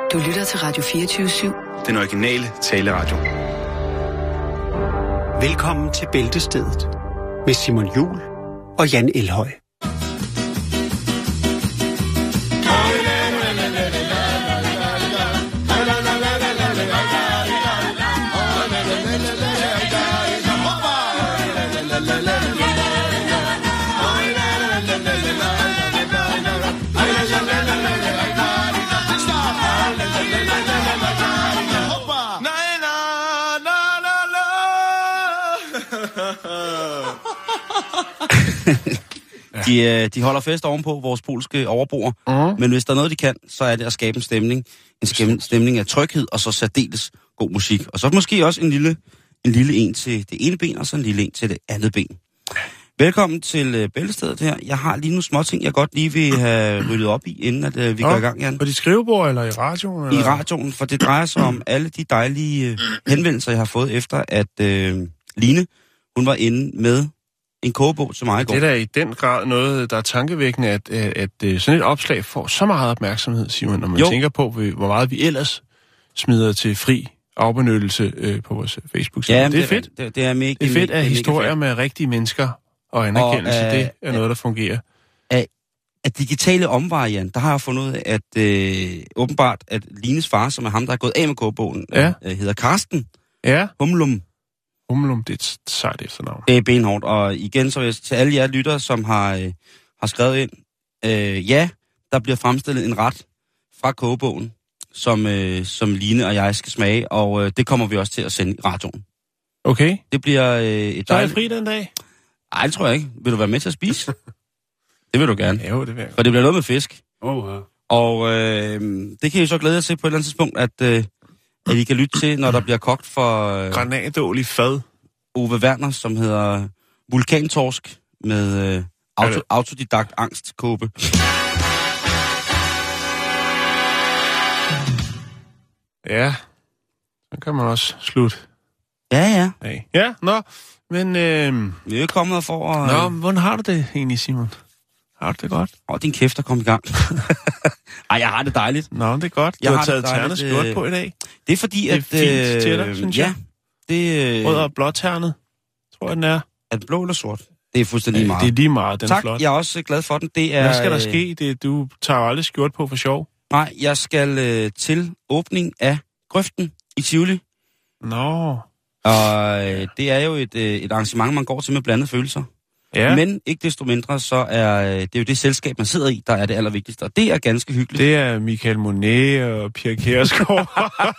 Du lytter til Radio 24/7. Den originale taleradio. Velkommen til Bæltestedet med Simon Juhl og Jan Elhøj. De holder fest ovenpå vores polske overboer, men hvis der er noget, de kan, så er det at skabe en stemning. En stemning af tryghed, og så særdeles god musik. Og så måske også en lille en til det ene ben, og så en lille en til det andet ben. Velkommen til Bæltestedet her. Jeg har lige nogle små ting, jeg godt lige vil have ryddet op i, inden at vi går i gang, Jan. På dit skrivebord eller i radioen? Eller? I radioen, for det drejer sig om alle de dejlige henvendelser, jeg har fået efter, at Line, hun var inde med en kogebog til mig i går. Det er da i den grad noget, der er tankevækkende, at sådan et opslag får så meget opmærksomhed, Simon, når man tænker på, hvor meget vi ellers smider til fri afbenyttelse på vores Facebook-side. Ja, det er fedt. Det er mega, det er fedt, at historier fedt. med rigtige mennesker og anerkendelse, det er noget, der fungerer. Af digitale omveje, Jan, der har jeg fundet ud af, at åbenbart, at Lines far, som er ham, der er gået af med kogebogen, hedder Karsten Humlum. Humlum, det er et sejt efternavn. Det er benhårdt, og igen så vil jeg til alle jer lyttere, som har skrevet ind, der bliver fremstillet en ret fra kogebogen, som Line og jeg skal smage, og det kommer vi også til at sende i radioen. Okay. Det bliver et så er jeg fri den dag? Nej, det tror jeg ikke. Vil du være med til at spise? Det vil du gerne. Jo, det vil jeg. For det bliver noget med fisk. Og det kan I så glæde jer til på et eller andet tidspunkt, at I kan lytte til, når der bliver kogt for granatål i fad. Ove Werner, som hedder vulkantorsk med autodidakt angstkåbe. Ja, så kan man også slutte. Ja. Ja, nå, men vi er jo kommet for at... Nå, hvordan har du det egentlig, Simon? Har du det godt? Din kæft er kommet i gang. Ej, jeg har det dejligt. Nå, det er godt. Du har taget ternet skjort på i dag. Det er fordi, at... Det er fint til dig, synes jeg. Det... Rød og blåternet, tror jeg, den er. Er den blå eller sort? Det er fuldstændig meget. Det er lige meget, den er flot. Jeg er også glad for den. Det er... Hvad skal der ske? Du tager aldrig skjort på for sjov. Nej, jeg skal til åbning af Grøften i Tivoli. Nå. Og det er jo et arrangement, man går til med blandede følelser. Ja. Men ikke desto mindre, så er det jo det selskab, man sidder i, der er det allervigtigste. Og det er ganske hyggeligt. Det er Michael Monet og Pia Kjærsgaard.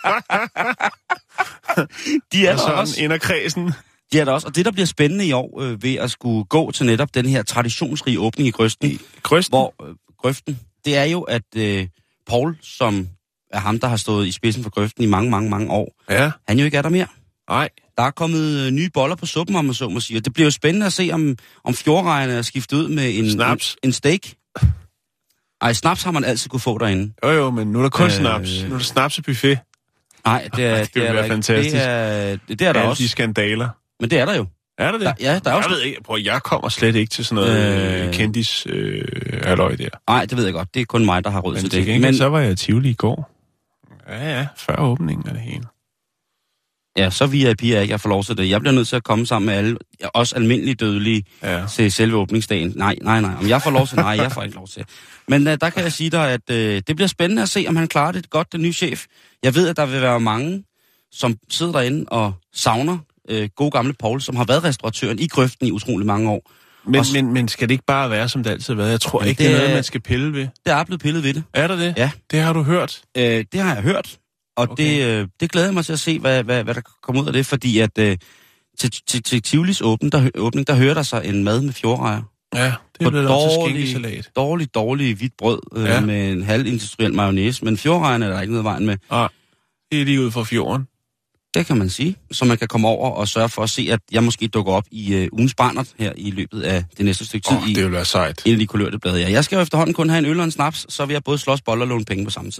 De er og der sådan også. Inderkredsen. De er der også. Og det, der bliver spændende i år ved at skulle gå til netop den her traditionsrige åbning i Grøften. Grøften, det er jo, at Paul, som er ham, der har stået i spidsen for Grøften i mange, mange, mange år, han jo ikke er der mere. Nej. Der er kommet nye boller på suppen, om man så må sige. Det bliver jo spændende at se, om fjordrejerne er skiftet ud med en steak. Ej, snaps har man altid kunne få derinde. Jo, men nu er der kun snaps. Nu er der snapsebuffet. Nej, det er det er fantastisk. Det er der alle også. De skandaler. Men det er der jo. Er der det? Ja, der er også. Jeg ved ikke, jeg kommer slet ikke til sådan noget kendis halløj der. Nej, det ved jeg godt. Det er kun mig, der har råd til det. Men så var jeg i Tivoli i går. Ja, før åbningen af det hele. Ja, så VIP er ikke, jeg får lov til det. Jeg bliver nødt til at komme sammen med alle, også almindelige dødelige, til selve åbningsdagen. Nej. Om jeg får lov til, nej, jeg får ikke lov til. Men der kan jeg sige dig, at det bliver spændende at se, om han klarer det godt, den nye chef. Jeg ved, at der vil være mange, som sidder derinde og savner gode gamle Paul, som har været restauratøren i Grøften i utrolig mange år. Men skal det ikke bare være, som det altid har været? Jeg tror ikke, det er noget, man skal pille ved. Det er blevet pillet ved det. Er der det? Ja. Det har du hørt? Det har jeg hørt. Og okay. det glæder mig til at se, hvad der kommer ud af det, fordi at til Tivolis åbning, der hører der sig en mad med fjordrejer. Ja, det bliver også skinkesalat. Dårlig hvidt brød med en halvindustriel mayonnaise, men fjordrejerne er der ikke noget vejen med. Nej, det er lige ud fra fjorden. Det kan man sige, så man kan komme over og sørge for at se, at jeg måske dukker op i ugens Barnert her i løbet af det næste stykke tid. Det vil være sejt. En af de kulørte blade, ja. Jeg skal jo efterhånden kun have en øl og en snaps, så vil jeg både slås boller og låne penge på samme tid.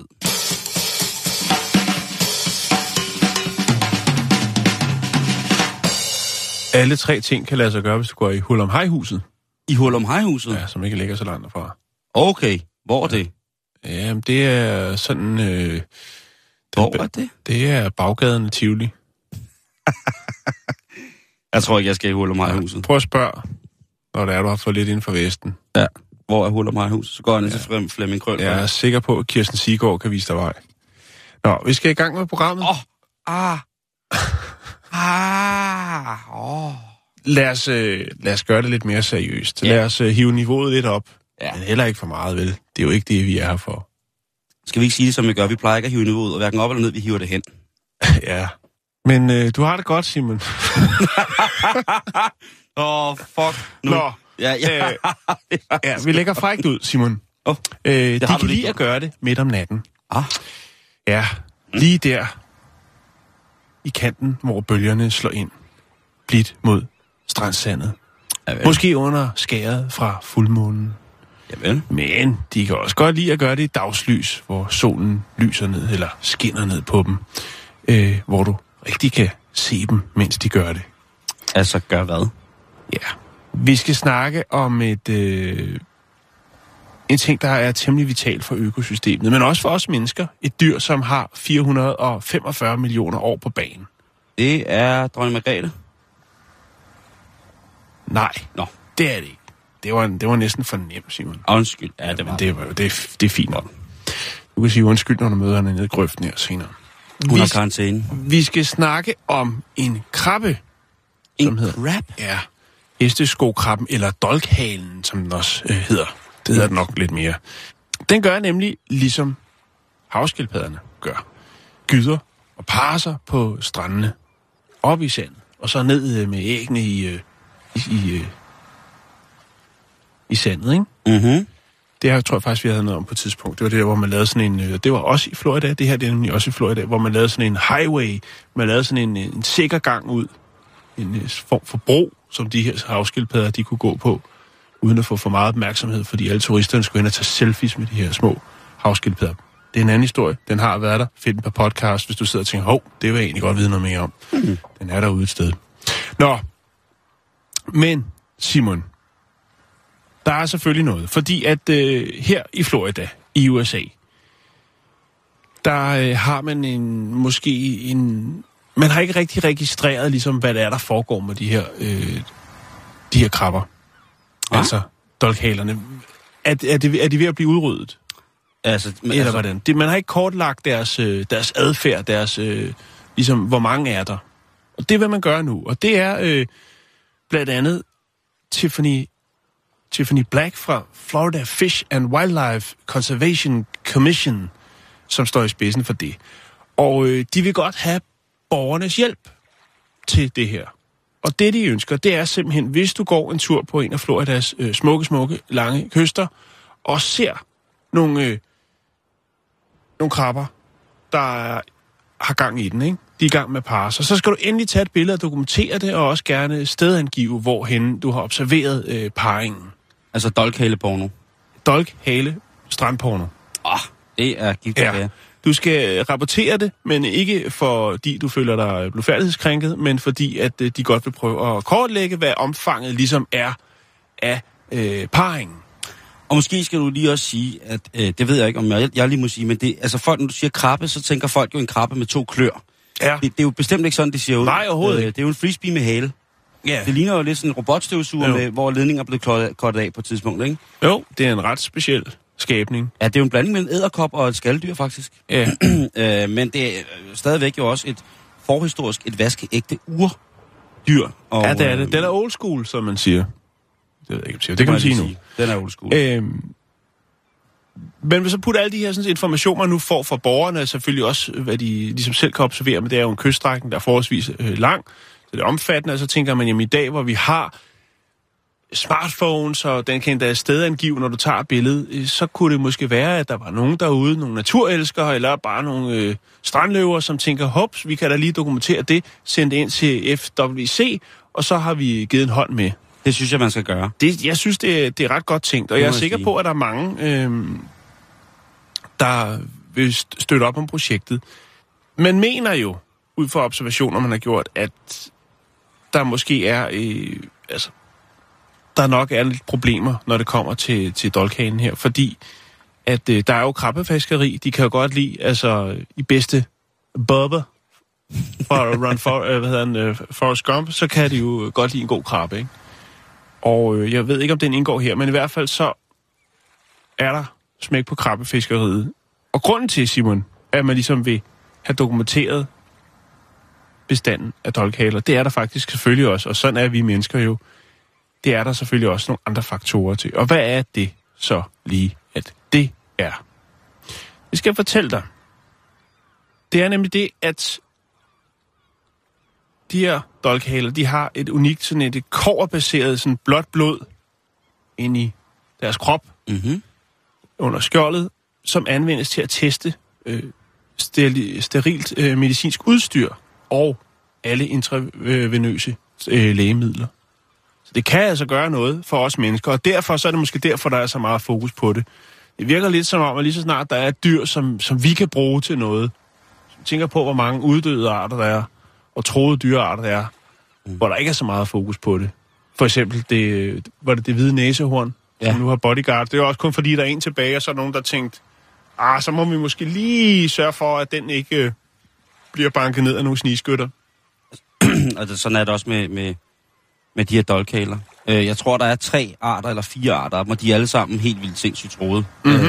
Alle tre ting kan lade sig gøre, hvis du går i Hurlumhej-huset. I Hurlumhej-huset? Ja, som ikke ligger så langt derfra. Okay, hvor er det? Jamen, det er sådan... Hvor er det? Det er baggaden i Tivoli. Jeg tror ikke, jeg skal i Hurlumhej-huset. Prøv at spørge, når det er, du har fået lidt inden for Vesten. Ja, hvor er Hurlumhej-huset? Så går jeg ned til Flemming Krøl. Jeg er sikker på, at Kirsten Siggaard kan vise dig vej. Nå, vi skal i gang med programmet. Lad os gøre det lidt mere seriøst. Ja. Lad os hive niveauet lidt op. Ja. Men heller ikke for meget, vel? Det er jo ikke det, vi er her for. Skal vi ikke sige det, som vi gør? Vi plejer ikke at hive niveauet, og hverken op eller ned, vi hiver det hen. Ja. Men du har det godt, Simon. Fuck. Nu. Nå. Ja, vi lægger frækt ud, Simon. De kan lide at gøre det midt om natten. Ja, lige der i kanten, hvor bølgerne slår ind. Blidt mod strandsandet. Måske under skæret fra fuldmånen. Javel. Men de kan også godt lide at gøre det i dagslys, hvor solen lyser ned, eller skinner ned på dem. Hvor du rigtig kan se dem, mens de gør det. Altså, gør hvad? Ja. Vi skal snakke om en ting, der er temmelig vital for økosystemet, men også for os mennesker. Et dyr, som har 445 millioner år på banen. Det er dronning Margrethe. Nej, det er det ikke. Det var næsten for nemt, Simon. Undskyld. Ja, det var. Det er fint nok. Du kan sige undskyld, når du møder hende nede i grøften her senere. Hun har karantæne. Vi skal snakke om en krabbe. En krab? Ja. Hesteskokrabben, eller dolkhalen, som den også hedder. Det hedder den nok lidt mere. Den gør nemlig ligesom havskildpadderne gør. Gyder og parer sig på strandene. Op i sandet. Og så ned med æggene i sandet, ikke? Mhm. Det her tror jeg faktisk, vi havde noget om på et tidspunkt. Det var det der, hvor man lavede sådan en... Det var også i Florida. Det her det er nemlig også i Florida, hvor man lavede sådan en highway. Man lavede sådan en sikker gang ud. En form for bro, som de her havskildpadder, de kunne gå på, uden at få for meget opmærksomhed, fordi alle turisterne skulle hen og tage selfies med de her små havskildpadder. Det er en anden historie. Den har været der. Find den på podcast, hvis du sidder og tænker, det vil jeg egentlig godt vide noget mere om. Den er derude et sted. Nå, men Simon, der er selvfølgelig noget, fordi at her i Florida, i USA, der har man man har ikke rigtig registreret, ligesom, hvad det er, der foregår med de her krabber. Altså, dolkhalerne. Er de ved at blive udryddet? Eller hvordan? Man har ikke kortlagt deres adfærd, ligesom, hvor mange er der. Og det vil man gøre nu. Og det er blandt andet Tiffany Black fra Florida Fish and Wildlife Conservation Commission, som står i spidsen for det. Og de vil godt have borgernes hjælp til det her. Og det, de ønsker, det er simpelthen, hvis du går en tur på en af Floridas smukke, lange kyster, og ser nogle krabber, der har gang i den, ikke? De er i gang med at parre sig. Så skal du endelig tage et billede og dokumentere det, og også gerne stedangive, hvorhen du har observeret parringen. Altså dolkhale-porno? Dolkhale-strandporno. Det er gift at være. Du skal rapportere det, men ikke fordi du føler dig blufærdighedskrænket, men fordi at de godt vil prøve at kortlægge, hvad omfanget ligesom er af parringen. Og måske skal du lige også sige, at det ved jeg ikke, om jeg lige må sige, men det, altså folk, når du siger krabbe, så tænker folk jo en krabbe med 2 klør. Ja. Det er jo bestemt ikke sådan, de siger ud. Nej, overhovedet ikke. Det er jo en frisbee med hale. Ja. Det ligner jo lidt sådan en robotstøvsuger, med, hvor ledningen er blevet kortet af på et tidspunkt, ikke? Jo, det er en ret speciel skabning. Ja, det er jo en blanding mellem edderkop og et skaldyr, faktisk. Ja. Men det er stadigvæk jo også et forhistorisk, et vaskeægte urdyr. Og, ja, det er det. Den er old school, som man siger. Det ved jeg ikke, det kan man sige nu. Den er old school. Men hvis så putter alle de her sådan, informationer, man nu får fra borgerne, selvfølgelig også, hvad de ligesom selv kan observere, men det er jo en kyststrækning, der er forholdsvis lang, så det er omfattende, og så tænker man, jamen i dag, hvor vi har smartphones, og den kan endda stedangive, når du tager billedet, så kunne det måske være, at der var nogen derude, nogle naturelskere, eller bare nogle strandløver, som tænker, hops, vi kan da lige dokumentere det, sende det ind til FWC, og så har vi givet en hånd med. Det synes jeg, man skal gøre. Jeg synes, det er ret godt tænkt, og jeg er sikker på, at der er mange, der vil støtte op om projektet. Man mener jo, ud fra observationer, man har gjort, at der måske er, der nok er lidt problemer, når det kommer til dolkhanen her, fordi at der er jo krabbefiskeri. De kan jo godt lide, altså i bedste Bubba Forrest Gump, så kan de jo godt lide en god krabbe, ikke? Og jeg ved ikke, om den indgår her, men i hvert fald så er der smæk på krabbefiskeriet. Og grunden til, Simon, at man ligesom vil have dokumenteret bestanden af dolkhaler, det er der faktisk selvfølgelig også, og sådan er vi mennesker jo. Det er der selvfølgelig også nogle andre faktorer til. Og hvad er det så lige, at det er? Det skal jeg fortælle dig. Det er nemlig det, at de her dolkhaler, de har et unikt, sådan et kobberbaseret, sådan blåt blod inde i deres krop, under skjoldet, som anvendes til at teste sterilt medicinsk udstyr og alle intravenøse lægemidler. Så det kan altså gøre noget for os mennesker, og derfor så er det måske derfor, der er så meget fokus på det. Det virker lidt som om, at lige så snart der er et dyr, som vi kan bruge til noget, så tænker på, hvor mange uddøde arter der er, og troede dyrearter der er, hvor der ikke er så meget fokus på det. For eksempel det hvide næsehorn, som nu har bodyguard. Det er også kun fordi, der er en tilbage, og så er nogen, der tænkt, så må vi måske lige sørge for, at den ikke bliver banket ned af nogle snigskytter. Og sådan er det også med de her dolkhaler. Jeg tror, der er 3 arter eller 4 arter, og de er alle sammen helt vildt sindssygt troede.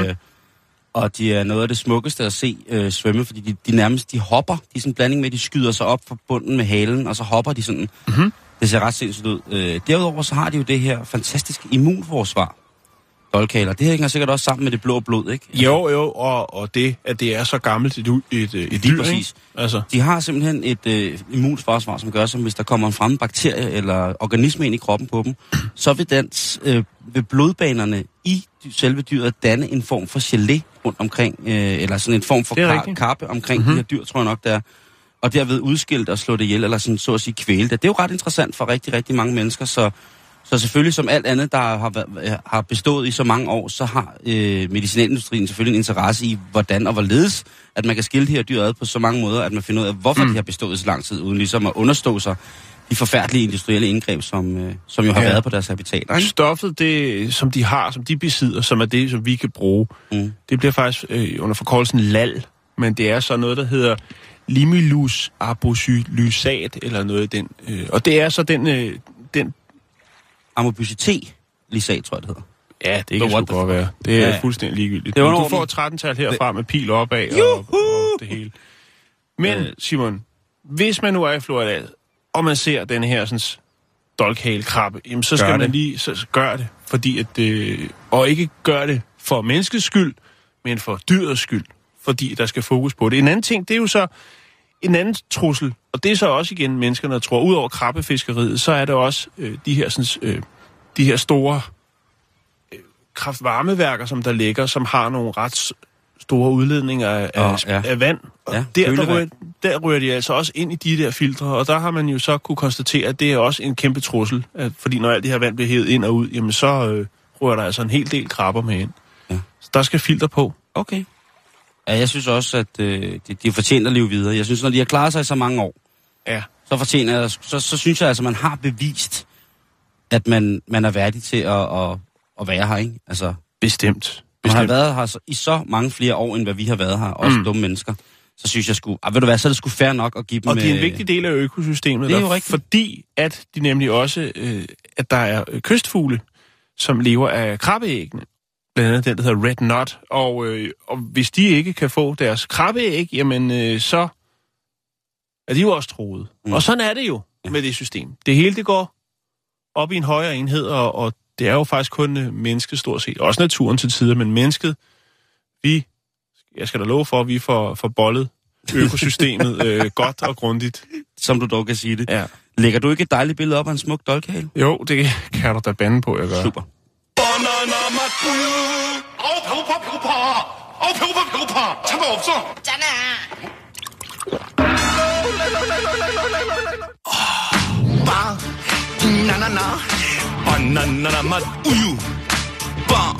Og de er noget af det smukkeste at se svømme, fordi de nærmest hopper. De er sådan en blanding med, at de skyder sig op fra bunden med halen, og så hopper de sådan. Det ser ret sindssygt ud. Derudover så har de jo det her fantastiske immunforsvar. Dolkhaler. Det hænger sikkert også sammen med det blå blod, ikke? Jo, og det, at det er så gammelt et dyr, præcis. Altså. De har simpelthen et immunforsvar, som gør, som hvis der kommer en fremmed bakterie eller organisme ind i kroppen på dem, så vil blodbanerne i selve dyret danne en form for gelé rundt omkring, eller sådan en form for kappe omkring de her dyr, tror jeg nok, der er. Og derved udskilt og slå det ihjel, eller sådan, så at sige kvæle det. Det er jo ret interessant for rigtig, rigtig mange mennesker, så selvfølgelig som alt andet, der har bestået i så mange år, så har medicinalindustrien selvfølgelig en interesse i, hvordan og hvorledes, at man kan skille de her dyr ad på så mange måder, at man finder ud af, hvorfor de har bestået så lang tid, uden ligesom at understå sig de forfærdelige industrielle indgreb, som jo har været på deres habitater. Ikke? Stoffet, det, som de har, som de besidder, som er det, som vi kan bruge, det bliver faktisk under forkortelsen LAL, men det er så noget, der hedder limulus arboxylysat, eller noget i den. Og det er så den amobysité-lysat, tror jeg, det hedder. Ja, det kan sgu godt være. Det er fuldstændig ligegyldigt. Du får 13-tal herfra med pil opad og det hele. Men, Simon, hvis man nu er i Florida, og man ser den her sådan dolkhalekrabbe, jamen så skal man lige gøre det, fordi og ikke gøre det for menneskets skyld, men for dyrets skyld, fordi der skal fokus på det. En anden ting, det er jo så en anden trussel, og det er så også igen mennesker, der tror, ud over krabbefiskeriet, så er det også de her store kraftvarmeværker, som der ligger, som har nogle ret store udledninger af vand. Og der rører de altså også ind i de der filtre, og der har man jo så kunne konstatere, at det er også en kæmpe trussel, fordi når alt det her vand bliver hævet ind og ud, jamen så rører der altså en hel del krabber med ind. Ja. Så der skal filter på. Okay. Ja, jeg synes også, at de fortjener at leve videre. Jeg synes, når de har klaret sig i så mange år, så synes jeg altså, man har bevist, at man er værdig til at være her, ikke? Altså, Bestemt. Man har været her i så mange flere år, end hvad vi har været her, også dumme mennesker. Så synes jeg så er det sgu fair nok at give dem... Og det er en vigtig del af økosystemet, det er jo rigtigt. Fordi at de nemlig også, at der er kystfugle, som lever af krabbeæggene. Blandt andet den, der hedder Red Knot. Og hvis de ikke kan få deres krabbeæg, jamen så er de jo også truet. Og sådan er det jo med det system. Det hele, det går op i en højere enhed, og det er jo faktisk kun mennesket stort set. Også naturen til tider, men mennesket, jeg skal da love for, at vi får bollet økosystemet godt og grundigt. Som du dog kan sige det. Ja. Lægger du ikke et dejligt billede op af en smuk dolkhale? Jo, det kan du da bande på, jeg gør. Super. 바나나 맛 우유 빵.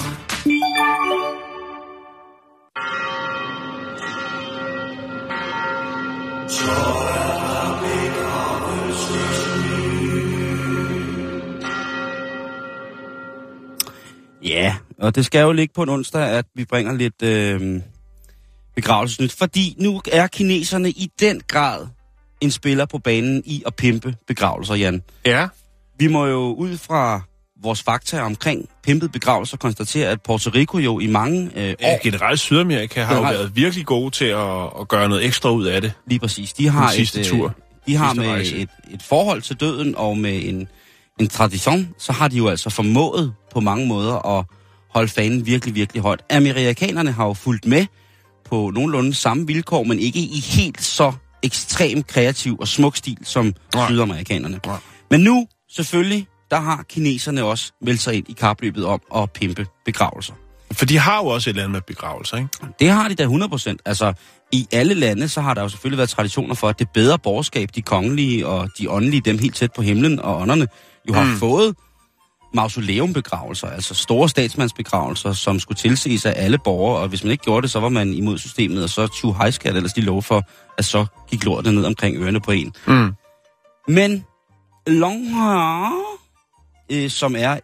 Ja, Og det skal jo ligge på en onsdag, at vi bringer lidt begravelsesnyt. Fordi nu er kineserne i den grad en spiller på banen i at pimpe begravelser, Jan. Ja. Vi må jo ud fra vores fakta omkring pimpet begravelser konstatere, at Puerto Rico jo i mange år... Generelt Sydamerika har jo været virkelig gode til at gøre noget ekstra ud af det. Lige præcis. De har de har med et forhold til døden og med en tradition, så har de jo altså formået på mange måder at holde fanen virkelig, virkelig højt. Amerikanerne har jo fulgt med på nogenlunde samme vilkår, men ikke i helt så ekstremt kreativ og smuk stil som sydamerikanerne. Men nu, selvfølgelig, der har kineserne også meldt sig ind i kapløbet om at pimpe begravelser. For de har jo også et eller andet med begravelser, ikke? Det har de da 100%. Altså, i alle lande, så har der jo selvfølgelig været traditioner for, at det bedre borgerskab, de kongelige og de åndelige, dem helt tæt på himlen og ånderne, jo har fået mausoleumbegravelser, altså store statsmandsbegravelser, som skulle tilses af alle borgere, og hvis man ikke gjorde det, så var man imod systemet, og så tog hejskat ellers de lov for, at så gik lortet ned omkring ørerne på en. Men Longhua, som er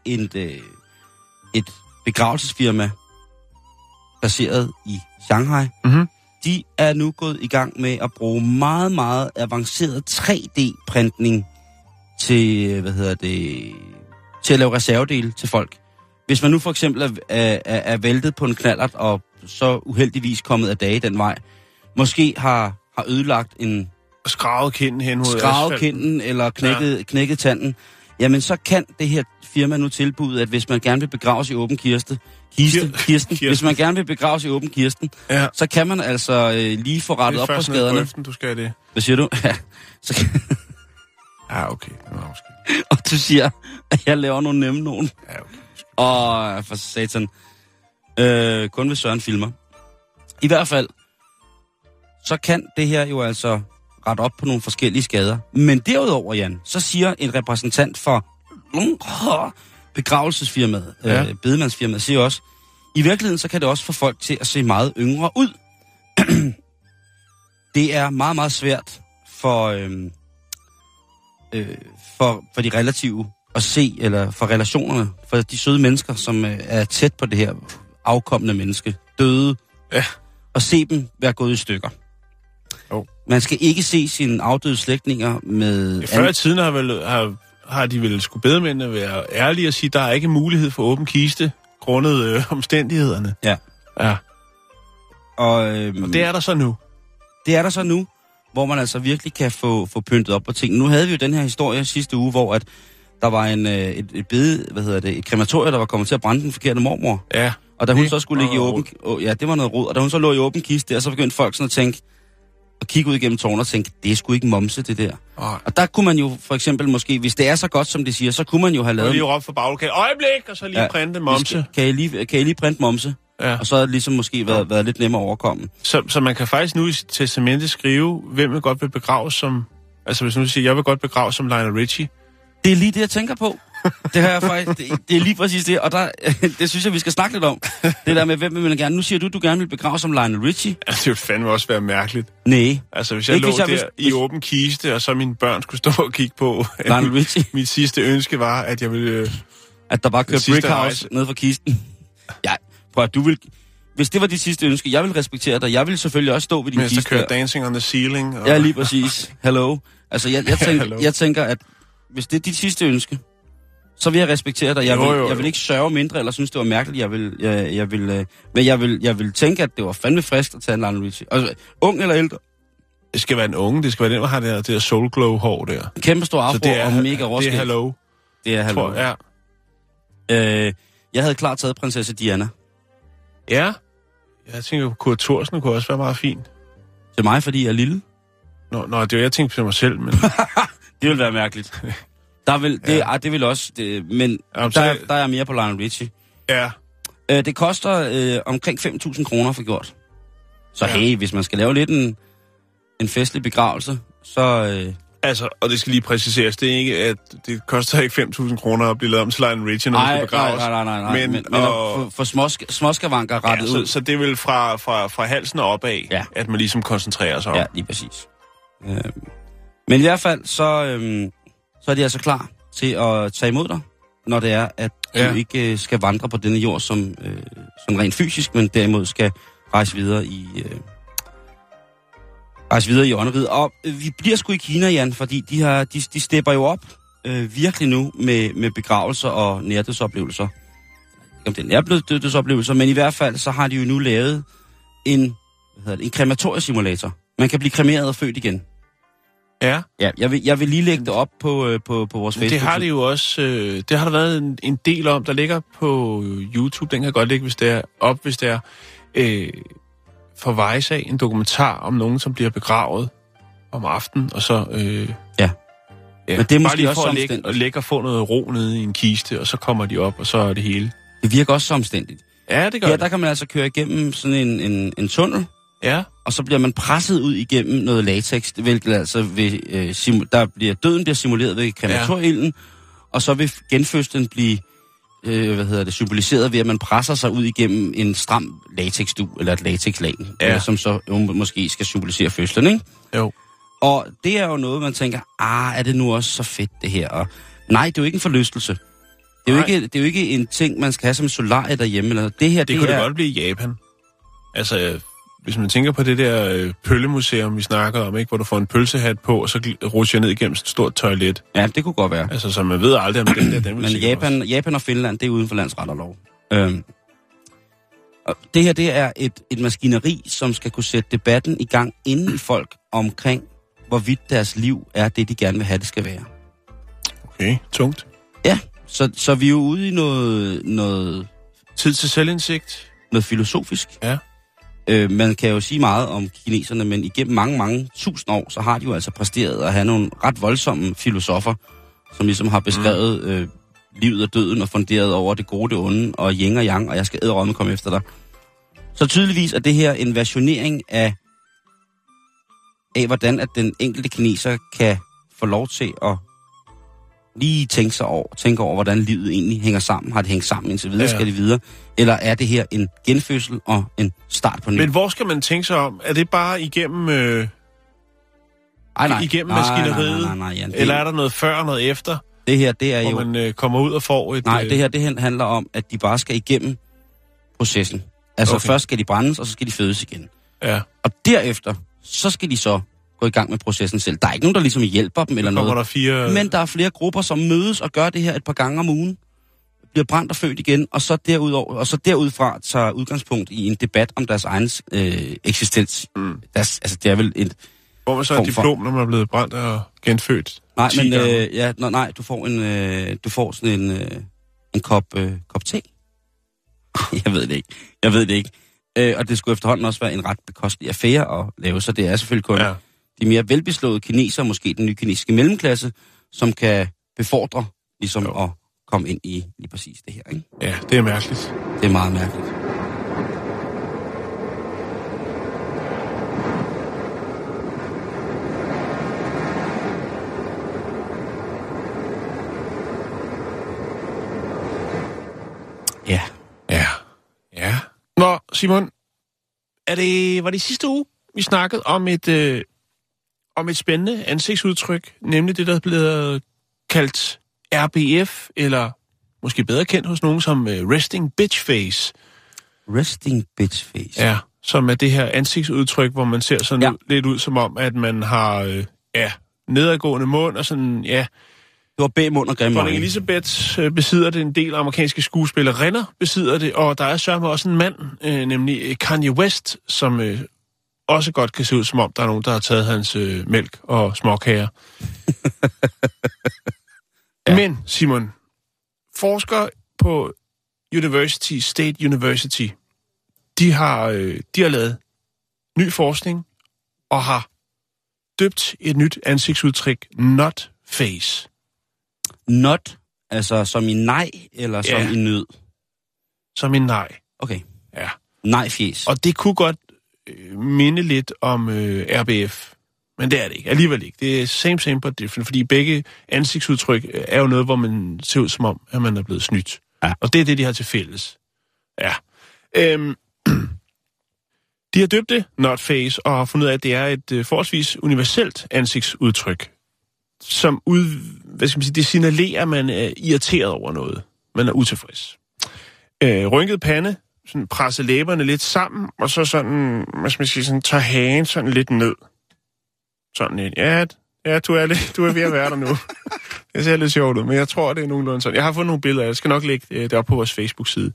et begravelsesfirma, baseret i Shanghai, de er nu gået i gang med at bruge meget, meget avanceret 3D-printning til, til at lave reservedele til folk. Hvis man nu for eksempel er væltet på en knallert, og så uheldigvis kommet af dage den vej, måske har ødelagt en... Skravet kinden hen mod asfalten. Kinden eller knækket tanden, jamen så kan det her firma nu tilbyde, at hvis man gerne vil begraves i åben kirsten, hvis man gerne vil begraves i åben kirsten, så kan man altså lige få rettet op på skaderne. Grøften, du skal det. Hvad siger du? Ja, så kan... Ja, okay. Og du siger, at jeg laver nogle nemme nogen. Ja, okay. Og for satan. Kun ved Søren filmer. I hvert fald, så kan det her jo altså rette op på nogle forskellige skader. Men derudover, Jan, så siger en repræsentant for begravelsesfirmaet, bedemandsfirmaet, siger også, i virkeligheden så kan det også få folk til at se meget yngre ud. Det er meget, meget svært for de relative at se, eller for relationerne, for de søde mennesker, som er tæt på det her afkommende menneske, døde, og se dem være gået i stykker. Man skal ikke se sine afdøde slægtninger med... Før i tiden har de vel skulle bedemændene være ærlige og sige, at der er ikke mulighed for åben kiste, grundet omstændighederne. Ja. Og det er der så nu. Det er der så nu, hvor man altså virkelig kan få pyntet op på ting. Nu havde vi jo den her historie sidste uge, hvor at der var et krematorium, der var kommet til at brænde den forkerte mormor. Ja. Og da hun så skulle ligge i åben... Ja, det var noget rod. Og da hun så lå i åben kiste der, så begyndte folk sådan at tænke... Og kigge ud igennem tårnet og tænke, det er sgu ikke momse, det der. Og der kunne man jo for eksempel måske, hvis det er så godt, som de siger, så kunne man jo have lavet... Og lige råbe for baglokalet, øjeblik, og så lige printe momse. Kan I lige printe momse? Ja. Og så har det ligesom måske været lidt nemmere at overkomme. Så man kan faktisk nu i testamentet skrive, hvem vil godt vil begraves som... Altså hvis nu siger, jeg vil godt begraves som Lionel Richie. Det er lige det, jeg tænker på. Det har jeg faktisk, det er lige præcis det, og det synes jeg, vi skal snakke lidt om. Det der med, hvem vil man gerne... Nu siger du gerne vil begrave som Lionel Richie. Altså, det ville fandme også være mærkeligt. Nej. Altså, hvis jeg lå i åben kiste, og så mine børn skulle stå og kigge på... Lionel Richie. Mit sidste ønske var, at jeg ville... At der bare kørte Brickhouse ned fra kisten. Ja, prøv at du vil... Hvis det var dit sidste ønske, jeg vil respektere dig. Jeg vil selvfølgelig også stå ved din kiste. Men så kører Dancing on the Ceiling. Og... Ja, lige præcis. Hello. Altså, jeg tænker, at hvis det er dit sidste ønske, så vil jeg respektere dig. Jeg vil ikke sørge mindre, eller synes, det var mærkeligt. Men jeg vil tænke, at det var fandme frisk at tage en Lionel Richie. Altså, ung eller ældre? Det skal være en unge. Det skal være den, der har det der soul glow hår der. Kæmpe stor afro og mega råskæg. Det er hello. Det er hello. Jeg havde klart taget prinsesse Diana. Ja. Jeg tænker, Kurt Thorsen kunne også være meget fin. Til mig, fordi jeg er lille? Nå, det var jeg tænkte på mig selv, men... Det ville være mærkeligt. Det vil også... Men der er mere på Lionel Richie. Ja. Det koster omkring 5.000 kroner for gjort. Så hey, hvis man skal lave lidt en festlig begravelse, så... Altså, og det skal lige præciseres, det er ikke, at det koster ikke 5.000 kroner at blive lavet om til Lionel Richie, når man skal begraves. Nej. Men for småskavanker rettet ud. Så det er vel fra halsen og opad, at man ligesom koncentrerer sig om. Ja, lige præcis. Men i hvert fald, så er de altså klar til at tage imod dig når det er, at du ikke skal vandre på denne jord som rent fysisk, men derimod skal rejse videre i ånderiget. Og vi bliver sgu i Kina, Jan, fordi de stepper jo op virkelig nu med begravelser og nærdødsoplevelser. Om det er nærdødsoplevelser, men i hvert fald så har de jo nu lavet en krematoriesimulator. Man kan blive kremeret og født igen. Ja. Ja, jeg vil lige lægge det op på vores Facebook. Det har det jo også. Det har der været en del om, der ligger på YouTube. Den kan godt ligge, hvis det er for Vejsag, en dokumentar om nogen, som bliver begravet om aftenen, og så... Ja. Men det er måske lige også for at lægge og få noget ro nede i en kiste, og så kommer de op, og så er det hele. Det virker også så omstændigt. Ja, det gør det. Der kan man altså køre igennem sådan en tunnel, og så bliver man presset ud igennem noget latex, hvilket altså døden bliver simuleret ved krematorieilden, og så vil genfødslen blive symboliseret ved, at man presser sig ud igennem en stram latexdu, eller et latexlag, som så måske skal symbolisere fødslen, ikke? Jo. Og det er jo noget, man tænker, er det nu også så fedt, det her? Og nej, det er jo ikke en forlystelse. Det er jo ikke en ting, man skal have som solarie derhjemme. Eller det her, det kunne det godt blive i Japan. Altså, hvis man tænker på det der pøllemuseum, vi snakker om, ikke, hvor du får en pølsehat på, og så rutscher ned igennem et stort toilet. Ja, det kunne godt være. Altså, så man ved aldrig, om den vil men Japan og Finland, det er uden for landsret og lov. Og det her, det er et maskineri, som skal kunne sætte debatten i gang inden i folk omkring, hvorvidt deres liv er det, de gerne vil have, det skal være. Okay, tungt. Ja, så vi er jo ude i noget... Tid til selvindsigt. Noget filosofisk. Ja. Man kan jo sige meget om kineserne, men igennem mange tusind år, så har de jo altså præsteret at have nogle ret voldsomme filosofer, som ligesom har beskrevet livet og døden og funderet over det gode, det onde, og yin og yang, og jeg skal æderrømme komme efter dig. Så tydeligvis er det her en versionering af hvordan at den enkelte kineser kan få lov til at lige tænke over, hvordan livet egentlig hænger sammen. Har det hængt sammen indtil videre? Skal det videre? Eller er det her en genfødsel og en start på ny? Men hvor skal man tænke sig om? Er det bare igennem igennem maskineriet? Nej, Jan, eller er der noget før og noget efter? Det her, det er jo... Hvor man kommer ud og får et... Nej, det her, det handler om, at de bare skal igennem processen. Altså først skal de brændes, og så skal de fødes igen. Ja. Og derefter, så skal de så gå i gang med processen selv. Der er ikke nogen, der ligesom hjælper dem eller noget. Men der er flere grupper, som mødes og gør det her et par gange om ugen. Bliver brændt og født igen, og så derudfra tager udgangspunkt i en debat om deres egen eksistens. Altså, det er vel et... Hvor man så et diplom, når man er blevet brændt og genfødt? Nej, men du får sådan en kop te. Jeg ved det ikke. Og det skulle efterhånden også være en ret bekostelig affære at lave, så det er selvfølgelig kun de mere velbeslåede kinesere, måske den nye kinesiske mellemklasse, som kan befordre ligesom at komme ind i lige præcis det her, ikke? Ja, det er mærkeligt. Det er meget mærkeligt. Ja. Nå, Simon, var det sidste uge, vi snakkede om et spændende ansigtsudtryk, nemlig det, der er blevet kaldt RBF, eller måske bedre kendt hos nogen som resting bitch face. Resting bitch face? Ja, som er det her ansigtsudtryk, hvor man ser sådan lidt ud som om, at man har nedadgående mund og sådan, det var bag-mund og grimme. Dronning Elizabeth besidder det, en del amerikanske skuespillerinder besidder det, og der er sørme også en mand, nemlig Kanye West, som også godt kan se ud som om, der er nogen, der har taget hans mælk og småkager. Men, Simon, forskere på State University, de har lavet ny forskning og har døbt et nyt ansigtsudtryk, not face. Not, altså som i nej, eller som i nød? Som i nej. Okay. Ja. Nej-fjes. Og det kunne godt minde lidt om RBF, men det er det ikke. Alligevel ikke. Det er same but different, fordi begge ansigtsudtryk er jo noget, hvor man ser ud som om, at man er blevet snydt. Ja. Og det er det, de har til fælles. Ja. De har døbt det not face, og har fundet ud af, at det er et forholdsvis universelt ansigtsudtryk. som det signalerer, at man er irriteret over noget. Man er utilfreds. Rynket pande, sådan presse læberne lidt sammen, og så sådan, sådan tager hagen sådan lidt ned. Sådan lidt, ja, du er ved at være der nu. Det ser lidt sjovt ud, men jeg tror, det er nogenlunde sådan. Jeg har fundet nogle billeder, jeg skal nok lægge det op på vores Facebook-side.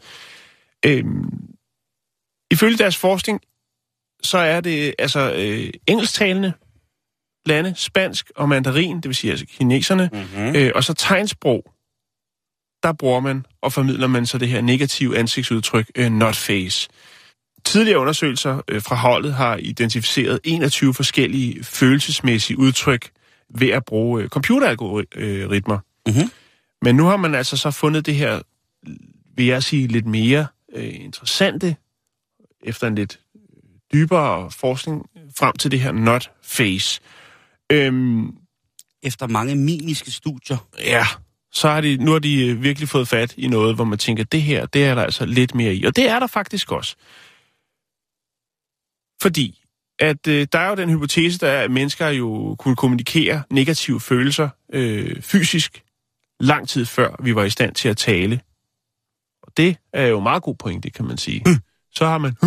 Ifølge deres forskning, så er det altså engelsktalende lande, spansk og mandarin, det vil sige altså kineserne, og så tegnsprog, der bruger man og formidler man så det her negative ansigtsudtryk, not face. Tidligere undersøgelser fra holdet har identificeret 21 forskellige følelsesmæssige udtryk ved at bruge computeralgoritmer. Men nu har man altså så fundet det her, vil jeg sige, lidt mere interessante, efter en lidt dybere forskning, frem til det her not face. Efter mange mimiske studier. Ja, så har nu har de virkelig fået fat i noget, hvor man tænker, det her, det er der altså lidt mere i. Og det er der faktisk også. Fordi, at der er jo den hypotese, der er, at mennesker jo kunne kommunikere negative følelser fysisk lang tid før vi var i stand til at tale. Og det er jo meget god pointe, kan man sige. Så har man...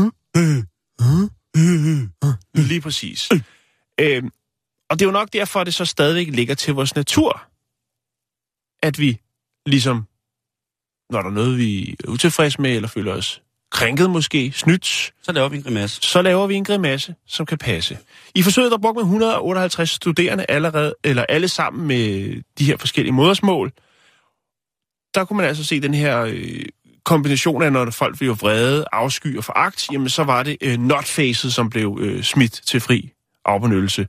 Lige præcis. Og det er jo nok derfor, at det så stadigvæk ligger til vores natur, at vi ligesom, når der er noget, vi er utilfredse med, eller føler os krænket måske, snydt, så laver vi en grimasse. Så laver vi en grimasse, som kan passe. I forsøget, der brugte man 158 studerende allerede, eller alle sammen med de her forskellige modersmål. Der kunne man altså se den her kombination af, når folk blev vrede, afsky og foragt, jamen så var det not-facet, som blev smidt til fri afbenyttelse.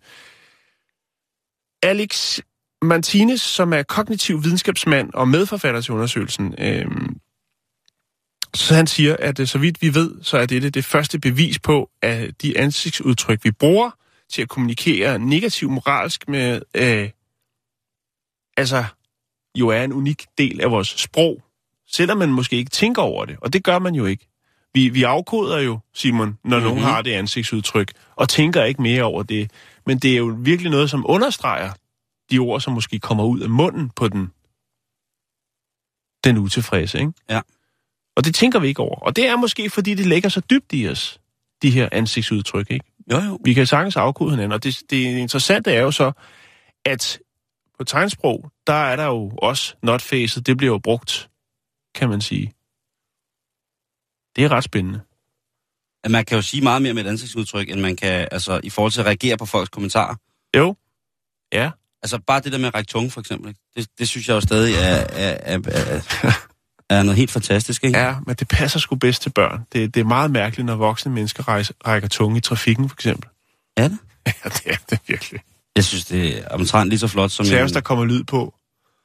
Alex Martinez, som er kognitiv videnskabsmand og medforfatter til undersøgelsen, så han siger, at så vidt vi ved, så er det første bevis på, at de ansigtsudtryk, vi bruger til at kommunikere negativt moralsk med, jo er en unik del af vores sprog, selvom man måske ikke tænker over det. Og det gør man jo ikke. Vi afkoder jo, Simon, når nogen har det ansigtsudtryk, og tænker ikke mere over det. Men det er jo virkelig noget, som understreger de ord, som måske kommer ud af munden på den utilfredse, ikke? Ja. Og det tænker vi ikke over. Og det er måske, fordi det ligger så dybt i os, de her ansigtsudtryk, ikke? Jo. Vi kan sagtens afkode hinanden, og det interessante er jo så, at på tegnsprog, der er der jo også not-facet, det bliver jo brugt, kan man sige. Det er ret spændende. At man kan jo sige meget mere med et ansigtsudtryk, end man kan, altså i forhold til at reagere på folks kommentarer. Jo. Ja. Altså bare det der med at række tunge, for eksempel. Det synes jeg jo stadig er noget helt fantastisk, ikke? Ja, men det passer sgu bedst til børn. Det er meget mærkeligt, når voksne mennesker rækker tunge i trafikken, for eksempel. Er det? Ja, det er det virkelig. Jeg synes, det er omtrent lige så flot som... Særligt, der kommer lyd på.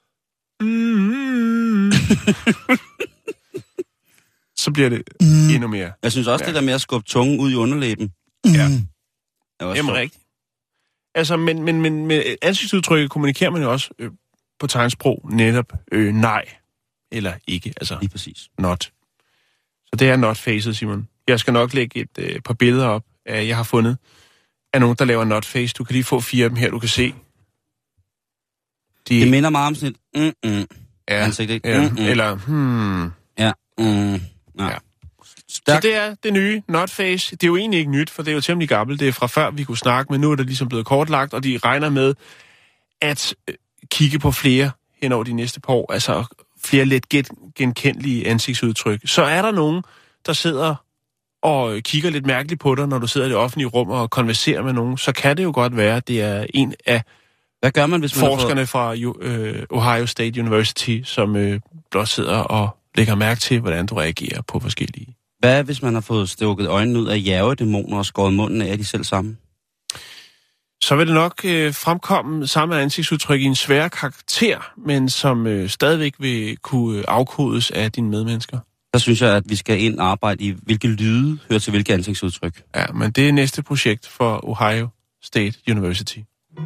Så bliver det endnu mere. Jeg synes også, det der med at skubbe tungen ud i underlæben. Ja. Jamen rigtigt. Altså, men med ansigtsudtrykket kommunikerer man jo også på tegnsprog netop nej eller ikke. Altså, lige præcis. Not. Så det er not-facet, Simon. Jeg skal nok lægge et par billeder op, jeg har fundet af nogen, der laver not-face. Du kan lige få 4 af dem her, du kan se. Det minder meget om sådan et ansigt, ikke? Ja. Eller Ja. Ja. Så det er det nye not-face. Det er jo egentlig ikke nyt, for det er jo temmelig gammelt. Det er fra før, vi kunne snakke, men nu er det ligesom blevet kortlagt, og de regner med at kigge på flere hen over de næste par år, altså flere let genkendelige ansigtsudtryk. Så er der nogen, der sidder og kigger lidt mærkeligt på dig, når du sidder i det offentlige rum og konverserer med nogen, så kan det jo godt være, at det er en af hvad gør man, hvis man forskerne fra Ohio State University, som blot sidder og lægger mærke til, hvordan du reagerer på forskellige. Hvad hvis man har fået stukket øjnene ud af jævedæmoner og skåret munden af de selv sammen? Så vil det nok fremkomme samme ansigtsudtryk i en svær karakter, men som stadigvæk vil kunne afkodes af dine medmennesker. Der synes jeg, at vi skal ind og arbejde i, hvilke lyde hører til hvilke ansigtsudtryk. Ja, men det er næste projekt for Ohio State University.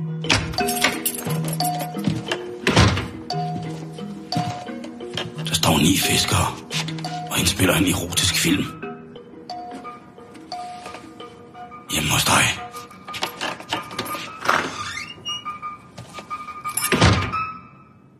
Der står 9 fiskere og indspiller en erotisk film. Hjemme hos dig.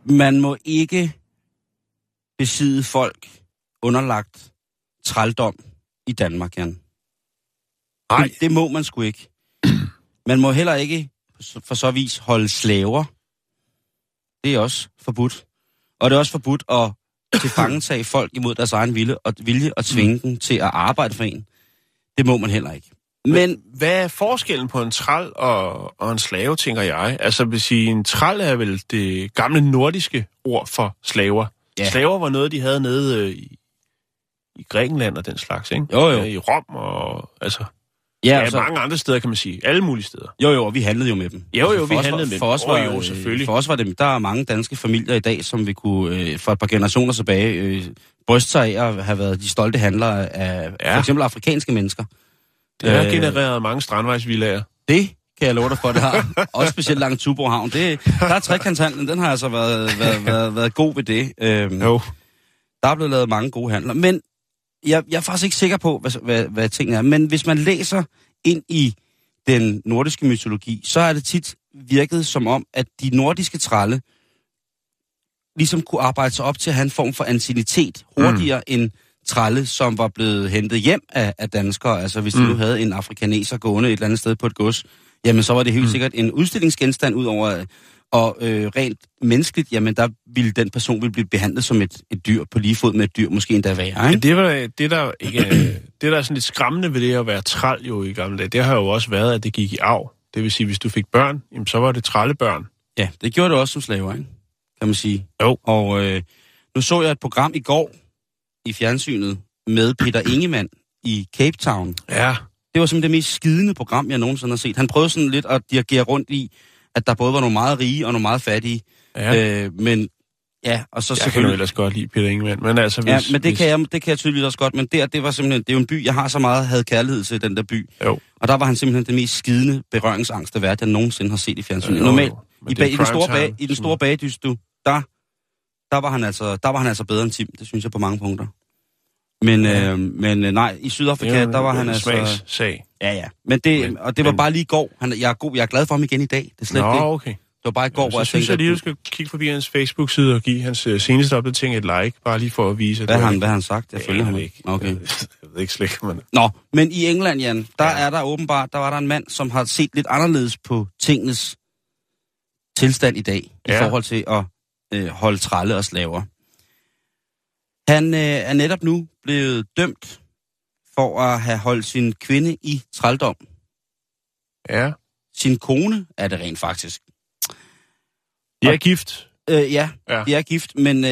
Man må ikke besidde folk underlagt trældom i Danmark, Jan. Nej. Det må man sgu ikke. Man må heller ikke for så vis holde slaver. Det er også forbudt. Og det er også forbudt at tilfangetage folk imod deres egen vilje og tvinge dem til at arbejde for en. Det må man heller ikke. Men hvad er forskellen på en træl og en slave, tænker jeg? Altså, vil sige, en træl er vel det gamle nordiske ord for slaver. Ja. Slaver var noget, de havde nede i Grækenland og den slags, ikke? Jo. I Rom og altså... Ja, altså, mange andre steder, kan man sige. Alle mulige steder. Jo, og vi handlede jo med dem. Jo, vi handlede med dem. Selvfølgelig. For os var det, der er mange danske familier i dag, som vi kunne for et par generationer tilbage bryste sig af at have været de stolte handlere af for eksempel afrikanske mennesker. Det har genereret mange strandvejsvillager. Det kan jeg love dig for, det har. Også specielt langt Tuborg Havn. Der er trekantshandlen, den har altså været god ved det. Jo. Der er blevet lavet mange gode handler, men jeg er faktisk ikke sikker på, hvad tingene er. Men hvis man læser ind i den nordiske mytologi, så er det tit virket som om, at de nordiske trælle ligesom kunne arbejde sig op til at have en form for anciennitet hurtigere end trælle, som var blevet hentet hjem af danskere. Altså hvis de nu havde en afrikaneser gående et eller andet sted på et gods, jamen så var det helt sikkert en udstillingsgenstand ud over... Og rent menneskeligt, jamen der ville den person blive behandlet som et dyr på lige fod med et dyr, måske endda værre, ikke? Ja, det der er sådan lidt skræmmende ved det at være træl jo i gamle dage, det har jo også været, at det gik i arv. Det vil sige, hvis du fik børn, jamen, så var det trællebørn. Ja, det gjorde det også som slaver, ikke? Kan man sige. Jo. Og nu så jeg et program i går i fjernsynet med Peter Ingemann i Cape Town. Ja. Det var simpelthen det mest skidende program, jeg nogensinde har set. Han prøvede sådan lidt at dirigere rundt i, at der både var nogle meget rige og nogle meget fattige. Ja. Men ja, og så jeg kan jo ellers godt lide Peter Ingemann, men altså hvis... Ja, men det kan jeg tydeligt også godt, men det var simpelthen, det er jo en by, jeg har så meget havde kærlighed til, den der by. Jo. Og der var han simpelthen den mest skidende berøringsangste vært, jeg nogensinde har set i fjernsynet. Normalt, i den store bagdyst, der var han altså bedre end Tim, det synes jeg på mange punkter. Men nej, i Sydafrika, der var han altså... Smagssag. Ja. Men det var bare lige i går. Jeg er glad for ham igen i dag. Det er slet ikke det. Okay. Det var bare i går, hvor jeg synes tænkte... du skal kigge forbi hans Facebook-side og give hans seneste opdatering et like, bare lige for at vise... Hvad har han sagt? Jeg følger ham ikke. Okay. Jeg ved ikke slet, men... Nå, men i England, Jan, der var der en mand, som har set lidt anderledes på tingenes tilstand i dag, i forhold til at holde trælle og slaver. Han er netop nu blevet dømt for at have holdt sin kvinde i trældom. Ja. Sin kone er det rent faktisk. De er gift. Ja, de er gift, men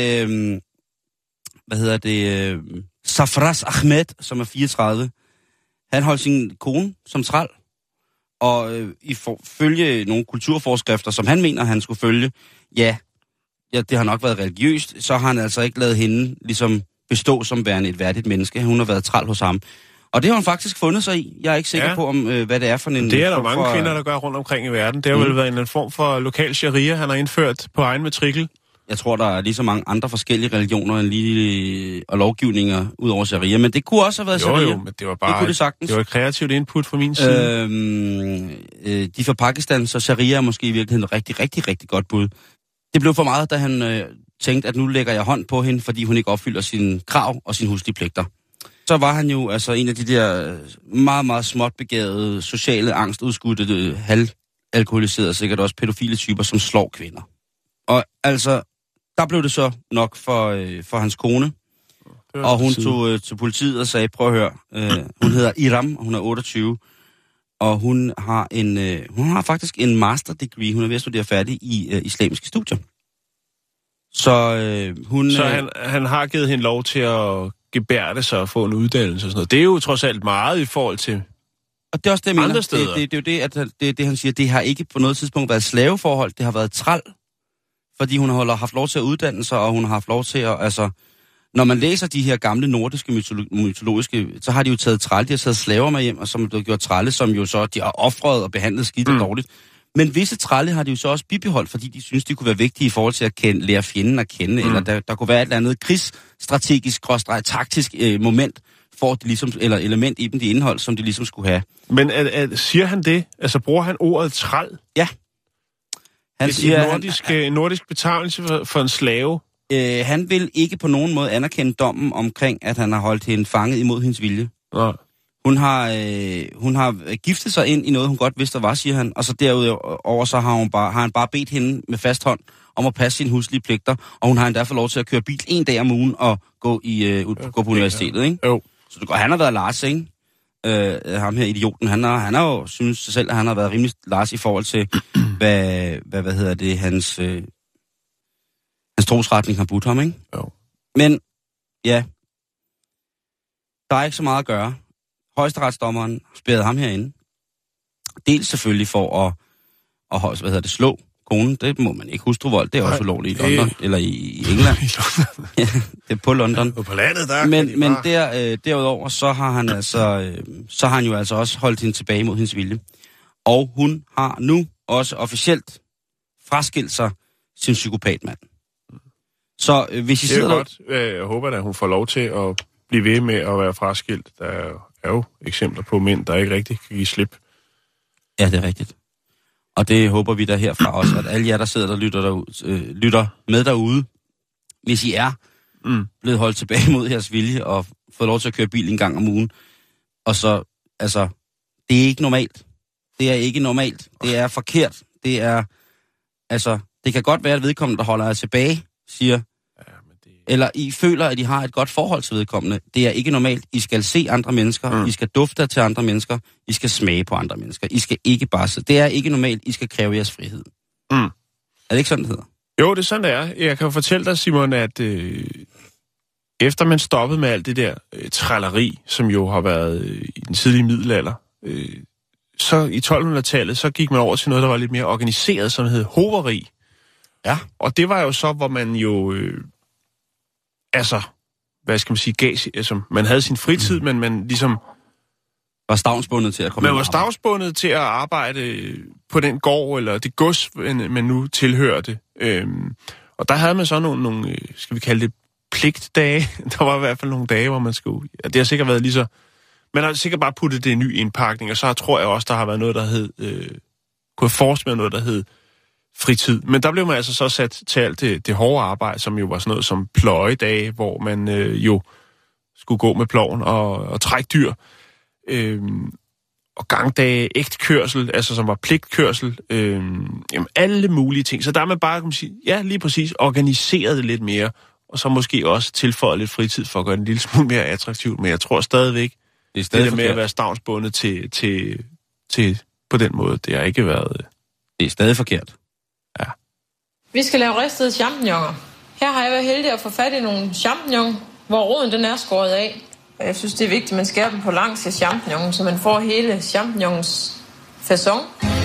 Safras Ahmed, som er 34, han holdt sin kone som træl, og ifølge nogle kulturforskrifter, som han mener, han skulle følge, ja, det har nok været religiøst, så har han altså ikke ladet hende ligesom bestå som værende et værdigt menneske. Hun har været træl hos ham. Og det har hun faktisk fundet sig i. Jeg er ikke sikker på, hvad det er for en... Det er der mange kvinder, der gør rundt omkring i verden. Det har vel været en form for lokal sharia, han har indført på egen matrikel. Jeg tror, der er lige så mange andre forskellige religioner og lovgivninger ud over sharia. Men det kunne også have været sharia. Jo, men det var bare... Det kunne det sagtens. Det var et kreativt input fra min side. De fra Pakistan, så sharia er måske i virkeligheden rigtig, rigtig, rigtig godt bud. Det blev for meget, da han tænkte, at nu lægger jeg hånd på hende, fordi hun ikke opfylder sine krav og sine huslige pligter. Så var han jo altså en af de der meget, meget småt begavede, sociale, angstudskudte, halvalkoholiserede, sikkert også pædofile typer, som slår kvinder. Og altså, der blev det så nok for hans kone. Og hun tog til politiet og sagde, prøv at høre, hun hedder Iram, og hun er 28. Og hun har faktisk en master degree. Hun er ved at studere færdig i islamiske studier. Så han har givet hende lov til at gebærde sig og få en uddannelse og sådan noget. Det er jo trods alt meget i forhold til og det er også det, jeg mener. Andre steder. Det er jo det, at det han siger, det har ikke på noget tidspunkt været slaveforhold, det har været træl. Fordi hun har haft lov til at uddanne sig, og hun har haft lov til at, altså... Når man læser de her gamle nordiske mytologiske, så har de jo taget træl, de har taget slaver med hjem, og som har gjort trælle, som jo så, de har offret og behandlet skidt og dårligt. Men visse trælle har de jo så også bibeholdt, fordi de synes, de kunne være vigtige i forhold til at lære fjenden at kende, eller der kunne være et eller andet krigsstrategisk, taktisk moment, for de ligesom, eller element i dem, de indhold, som de ligesom skulle have. Men siger han det? Altså bruger han ordet træl? Ja. Han siger, nordisk betegnelse for en slave. Han vil ikke på nogen måde anerkende dommen omkring, at han har holdt hende fanget imod hendes vilje. Nej. Hun har giftet sig ind i noget, hun godt vidste, der var, siger han. Og så derudover så har han bare bedt hende med fast hånd om at passe sine huslige pligter. Og hun har endda fået lov til at køre bil 1 dag om ugen og gå på universitetet, ikke? Jo. Så han har været Lars, ikke? Ham her idioten, han har jo synes selv, at han har været rimelig Lars i forhold til, hvad hedder det, hans trosretning har budt ham, ikke? Jo. Men, ja, der er ikke så meget at gøre. Højesteretsdommeren spærrede ham herinde. Dels selvfølgelig for at slå konen. Det må man ikke. Hustruvold, det er også ulovligt i London, eller i England. Ja, det er på London. På landet, der. Men derudover, så har han jo altså også holdt hende tilbage mod hendes vilje. Og hun har nu også officielt fraskilt sig sin psykopatmand. Så hvis I sidder der... Det er godt. Jeg håber, at hun får lov til at blive ved med at være fraskilt. Der er jo eksempler på mænd, der ikke rigtig kan give slip. Ja, det er rigtigt. Og det håber vi da herfra også, at alle jer, der sidder og lytter med derude, hvis I er blevet holdt tilbage mod jeres vilje og fået lov til at køre bil en gang om ugen, og så, altså, det er ikke normalt. Det er ikke normalt. Det er forkert. Det er, altså, det kan godt være, at vedkommende, der holder jer tilbage, siger, eller I føler, at I har et godt forhold til vedkommende. Det er ikke normalt. I skal se andre mennesker. I skal dufte til andre mennesker. I skal smage på andre mennesker. I skal ikke bare sidde. Det er ikke normalt. I skal kræve jeres frihed. Er det ikke sådan, det hedder? Jo, det er sådan, det er. Jeg kan jo fortælle dig, Simon, at efter man stoppede med alt det der trælleri, som jo har været i den tidlige middelalder, så i 1200-tallet, så gik man over til noget, der var lidt mere organiseret, som hed hoveri. Ja. Og det var jo så, hvor man jo... altså, hvad skal man sige, man havde sin fritid, men man ligesom... Var stavnsbundet til at komme. Man var stavnsbundet til at arbejde på den gård, eller det gods, man nu tilhørte. Og der havde man så nogle, skal vi kalde det, pligtdage. Der var i hvert fald nogle dage, hvor man skulle... Ja, det har sikkert været lige så... Man har sikkert bare puttet det i en ny indpakning, og så tror jeg også, der har været noget, der hed... kunne forestille noget, der hed fritid. Men der blev man altså så sat til alt det hårde arbejde, som jo var sådan noget som pløjedage, hvor man jo skulle gå med ploven og trække dyr. Og gangdage, ægtkørsel, altså som var pligtkørsel. Jamen alle mulige ting. Så der er man bare, kan man sige, ja, lige præcis, organiseret det lidt mere, og så måske også tilføjet lidt fritid for at gøre det en lille smule mere attraktivt. Men jeg tror stadigvæk, det er stadig det med at være stavnsbundet til på den måde, det har ikke været... Det er stadig forkert. Ja. Vi skal lave ristede champignoner. Her har jeg været heldig at få fat i nogle champignon, hvor roden den er skåret af. Og jeg synes, det er vigtigt, at man skærer dem på langs af champignonen, så man får hele champignons facon.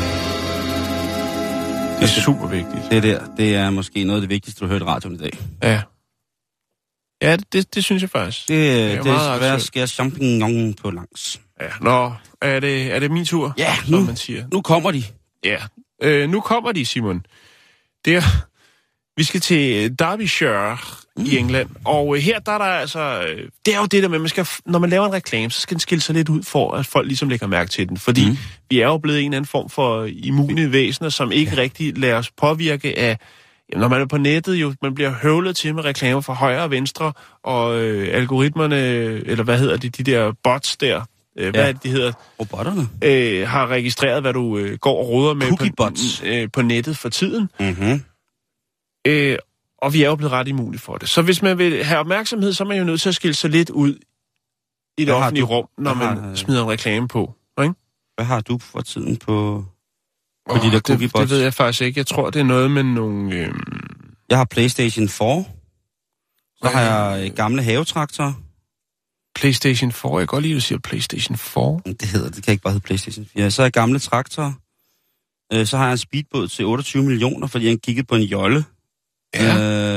Det er super vigtigt. Det er måske noget af det vigtigste, du har hørt i radioen i dag. Ja. Ja, det synes jeg faktisk. Det er svært at skære champignon på langs. Ja, nå, er det min tur? Ja, man siger. Nu kommer de. Ja, nu kommer de, Simon. Vi skal til Derbyshire i England, og her der er der altså... Det er jo det der med, når man laver en reklame, så skal den skille sig lidt ud for, at folk ligesom lægger mærke til den. Fordi vi er jo blevet en eller anden form for immune væsener, som ikke rigtig lader os påvirke af... Jamen, når man er på nettet, jo, man bliver høvlet til med reklamer fra højre og venstre, og algoritmerne, eller hvad hedder de der bots der... Hvad er det, de hedder? Robotterne. Har registreret, hvad du går og roder med på nettet for tiden. Mm-hmm. Og vi er jo blevet ret immune for det. Så hvis man vil have opmærksomhed, så er man jo nødt til at skille sig lidt ud i det offentlige rum, når man smider en reklame på. Ikke? Hvad har du for tiden på de der cookiebots? Det ved jeg faktisk ikke. Jeg tror, det er noget med nogle... Jeg har PlayStation 4. Så har jeg gamle havetraktorer. PlayStation 4? Jeg kan godt lide, at du siger PlayStation 4. Det kan ikke bare hedde PlayStation 4. Så har jeg gamle traktorer. Så har jeg en speedbåd til 28 millioner, fordi jeg kiggede på en jolle. Ja.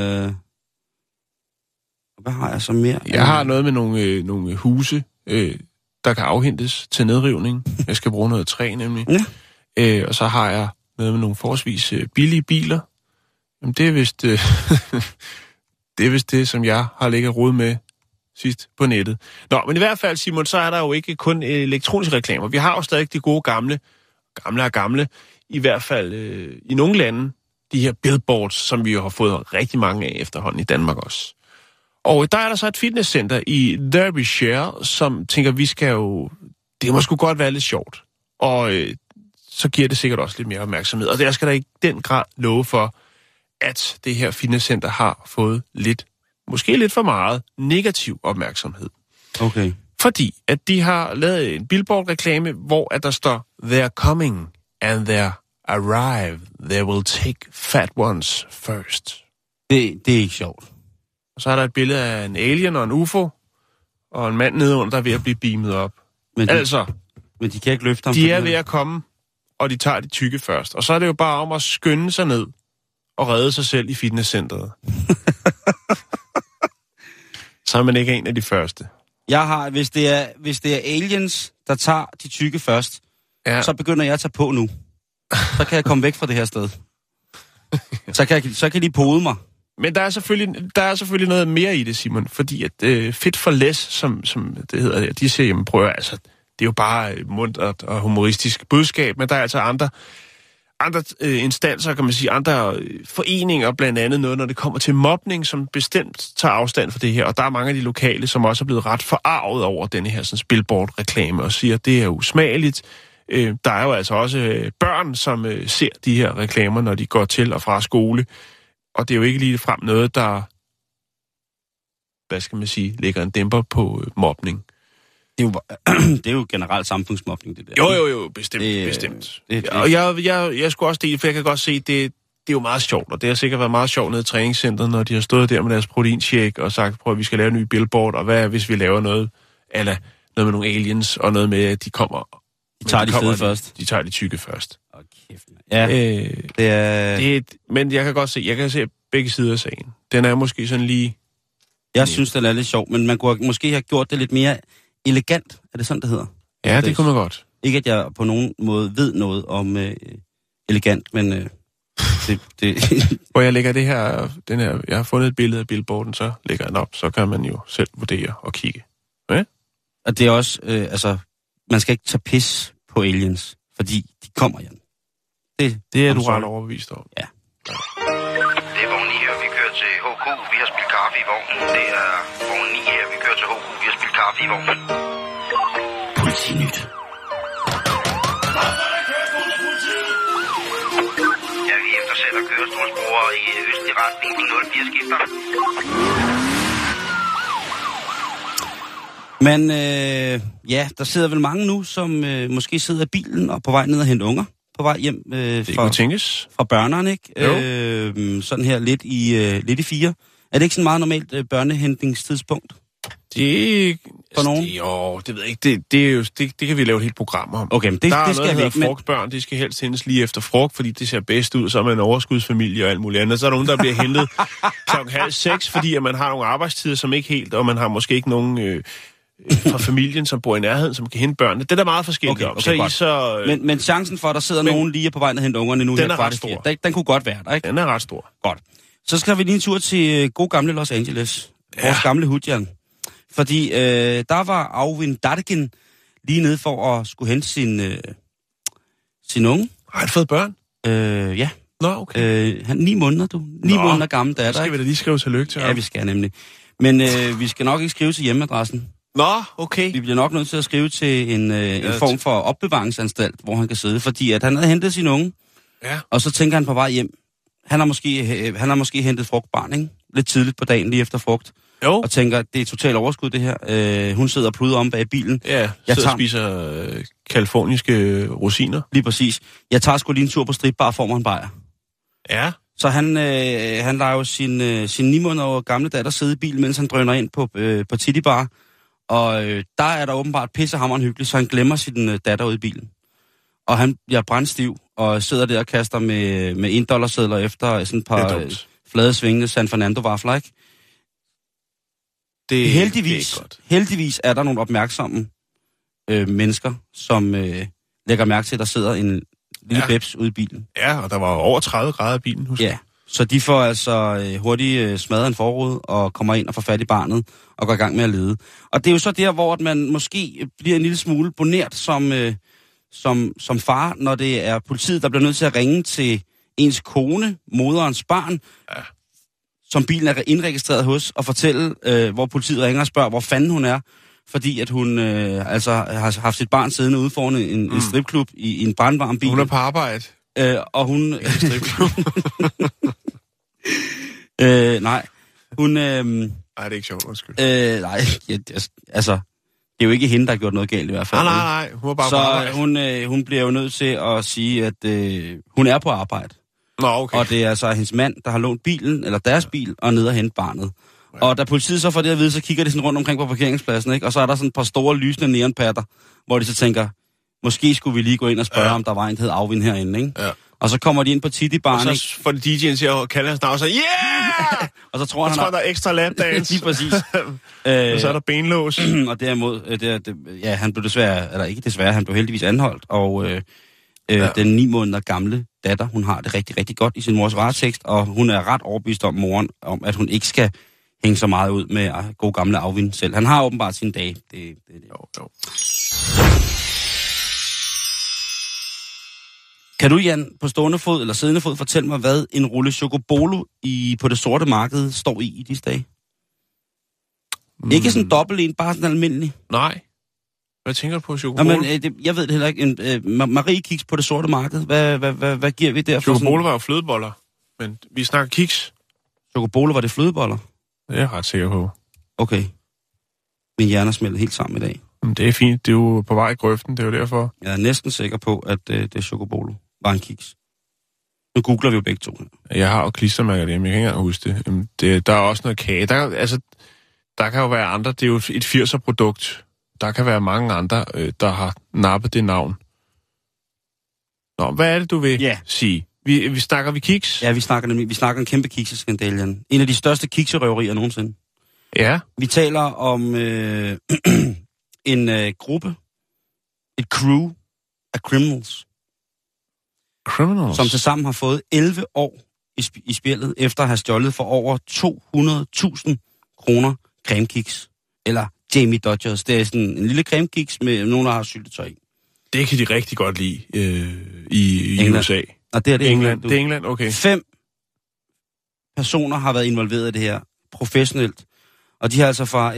Hvad har jeg så mere? Jeg har noget med nogle huse, der kan afhentes til nedrivning. Jeg skal bruge noget træ, nemlig. Ja. Og så har jeg noget med nogle forholdsvis billige biler. Jamen, det er vist det, som jeg har ligget rod med sidst på nettet. Nå, men i hvert fald, Simon, så er der jo ikke kun elektroniske reklamer. Vi har jo stadig de gode gamle, i hvert fald i nogle lande, de her billboards, som vi jo har fået rigtig mange af efterhånden i Danmark også. Og der er der så et fitnesscenter i Derbyshire, som tænker, vi skal jo... Det må sgu godt være lidt sjovt. Og så giver det sikkert også lidt mere opmærksomhed. Og der skal der i den grad love for, at det her fitnesscenter har fået måske lidt for meget negativ opmærksomhed. Okay. Fordi at de har lavet en billboard-reklame, hvor at der står, they're coming and they're arrive. They will take fat ones first. Det er ikke sjovt. Og så er der et billede af en alien og en UFO, og en mand nedenunder, der er ved at blive beamet op. Men de kan ikke løfte ham. De er ved at komme, og de tager de tykke først. Og så er det jo bare om at skynde sig ned og redde sig selv i fitnesscenteret. Så er man ikke en af de første. Jeg har, hvis det er aliens, der tager de tykke først, så begynder jeg at tage på nu. Så kan jeg komme væk fra det her sted. Så kan de pode mig. Men der er selvfølgelig noget mere i det, Simon, fordi at Fit for Less, som det hedder, de siger, jamen prøv altså, det er jo bare muntert og humoristisk budskab, men der er altså andre instanser, kan man sige, andre foreninger, blandt andet noget, når det kommer til mobning, som bestemt tager afstand for det her, og der er mange af de lokale, som også er blevet ret forarvet over denne her sådan billboard-reklame, og siger, at det er usmageligt. Der er jo altså også børn, som ser de her reklamer, når de går til og fra skole, og det er jo ikke lige frem noget, der, hvad skal man sige, lægger en dæmper på mobning. Det er jo generelt samfundsmobning, det der. Jo, bestemt. Og jeg skulle også dele, for jeg kan godt se, det er jo meget sjovt, og det har sikkert været meget sjovt nede i træningscenteret, når de har stået der med deres proteinshake og sagt, prøv at vi skal lave en ny billboard, og hvad hvis vi laver noget med nogle aliens, og noget med, at de kommer... De tager de fede først. De tager de tykke først. Kæft, ja, det er... Men jeg kan se begge sider af sagen. Den er måske sådan lige... Jeg synes, den er lidt sjov, men man kunne måske have gjort det lidt mere elegant. Er det sådan, det hedder? Ja, det kunne man godt. Ikke, at jeg på nogen måde ved noget om elegant, men Hvor jeg lægger jeg har fundet et billede af billboarden, så lægger jeg den op, så kan man jo selv vurdere og kigge. Ja? Og det er også, man skal ikke tage pis på aliens, fordi de kommer igen. Det er du ret overbevist om. Ja. Det er vogn 9 her, vi kører til HK, vi har spillet kaffe i vognen. Det er vogn 9 her, vi kører til HK, vi har spillet kaffe i vognen. Politinyt. Ja, vi eftersætter kørestolsbrugere i østlig retning på 04 skifter. Men der sidder vel mange nu, som måske sidder i bilen og på vej ned og hente unger. På vej hjem fra børneren, ikke? Sådan her lidt i 4. Er det ikke sådan meget normalt børnehentningstidspunkt? Det for nogen? Det ved jeg ikke. Det kan vi lave et helt program om. Okay, men det skal vi ikke. Frugtbørn, de skal helst hentes lige efter frugt, fordi det ser bedst ud, så er man en overskudsfamilie og alt muligt andet. Så er der nogen, der bliver hentet 5:30, fordi at man har nogle arbejdstider, som ikke helt, og man har måske ikke nogen... fra familien, som bor i nærheden, som kan hente børnene. Det er da meget forskelligt om. Men chancen for, at der sidder nogen lige på vej ned og hente ungerne nu den her er ret stor. Den kunne godt være der, ikke? Den er ret stor. Godt. Så skal vi lige en tur til god gamle Los Angeles. Ja. Vores gamle Hudjan. Fordi der var Alvin Darkin lige nede for at skulle hente sin unge. Har han fået børn? Ja. Nå, okay. Han 9 måneder, du. 9 måneder gammel datter, skal vi da lige skrive tillykke til ham. Ja, vi skal nemlig. Men vi skal nok ikke skrive til hjemmeadressen. Nå, okay. Vi bliver nok nødt til at skrive til en form for opbevaringsanstalt, hvor han kan sidde, fordi at han havde hentet sin unge, og så tænker han på vej hjem. Han har måske hentet frugtbarn, ikke? Lidt tidligt på dagen, lige efter frugt. Jo. Og tænker, det er totalt overskud, det her. Hun sidder og pluder om bag bilen. Ja, og spiser kaliforniske rosiner. Lige præcis. Jeg tager sgu lige en tur på stripbar og får mig en bajer. Ja. Så han lader jo sin 9 måneder gamle datter sidde i bilen, mens han drøner ind på Titty Bar. Og der er der åbenbart pissehammerende hyggeligt, så han glemmer sin datter ud i bilen. Og han bliver brandstiv og sidder der og kaster med $1 efter sådan et par flade svingende San Fernando-vafler, ikke? Heldigvis er der nogle opmærksomme mennesker, som lægger mærke til, at der sidder en lille bebs ude i bilen. Ja, og der var over 30 grader i bilen, husk. Ja, så de får altså hurtigt smadret en forrude og kommer ind og får fat i barnet og går i gang med at lede. Og det er jo så der, hvor man måske bliver en lille smule bonert som far, når det er politiet, der bliver nødt til at ringe til ens kone, moderens barn, som bilen er indregistreret hos, og fortælle, hvor politiet ringer og spørger, hvor fanden hun er, fordi at hun har haft sit barn siddende ude foran en stripklub i en brandvarm bil. Hun er på arbejde. Og hun... nej. Hun... Nej, det er ikke sjovt, undskyld. Nej, altså... Det er jo ikke hende, der har gjort noget galt i hvert fald. Nej. Hun er bare på arbejde. Så hun bliver jo nødt til at sige, at hun er på arbejde. Nå, okay. Og det er altså hendes mand, der har lånt bilen, eller deres bil, og ned og hente barnet. Ja. Og da politiet så får det at vide, så kigger de sådan rundt omkring på parkeringspladsen, ikke? Og så er der sådan et par store lysende neonpatter, hvor de så tænker, måske skulle vi lige gå ind og spørge, om der var en, der hed Afvind herinde, ikke? Ja. Og så kommer de ind på Titty-baren, og så får de DJ'en til at kalde hans navn, og så yeah! Og så tror han, der er ekstra lapdance. Lige præcis. Og så er der benlås. Og derimod, han blev desværre, eller ikke desværre, han blev heldigvis anholdt, og den 9 måneder gamle datter, hun har det rigtig, rigtig godt i sin mors varetægt, og hun er ret overbevist om moren, om at hun ikke skal hænge så meget ud med at gå gamle Afvind selv. Han har åbenbart sine dage. Det. Jo. Kan du, Jan, på stående fod eller siddende fod fortælle mig, hvad en rulle Chocobolo på det sorte marked står i disse dage? Ikke sådan dobbelt en, bare sådan almindelig. Nej. Hvad tænker du på, Chocobolo? Jeg ved det heller ikke. Marie kiks på det sorte marked. Hvad giver vi der for sådan? Chocobolo var jo flødeboller, men vi snakker kiks. Chocobolo, var det flødeboller? Det er jeg ret sikker på. Okay. Min hjerne er smeltet helt sammen i dag. Det er fint. Det er jo på vej i grøften, det er jo derfor. Jeg er næsten sikker på, at det er Chocobolo. Var en kiks. Nu googler vi jo begge to. Jeg har jo klistermærker det, men jeg kan ikke engang huske det. Der er også noget kage. Der kan jo være andre. Det er jo et 80'er-produkt. Der kan være mange andre, der har nappet det navn. Nå, hvad er det, du vil sige? Vi snakker kiks? Ja, vi snakker en kæmpe kikseskandale, Jan. En af de største kikserøverier nogensinde. Ja. Vi taler om en gruppe, et crew af criminals. Som tilsammen har fået 11 år i spjældet, efter at have stjålet for over 200.000 kroner cremekiks. Eller Jamie Dodgers. Det er sådan en lille cremekiks med nogen, der har syltetøj i. Det kan de rigtig godt lide i USA. Og det er det England. Det er England, okay. 5 personer har været involveret i det her professionelt. Og de har altså fra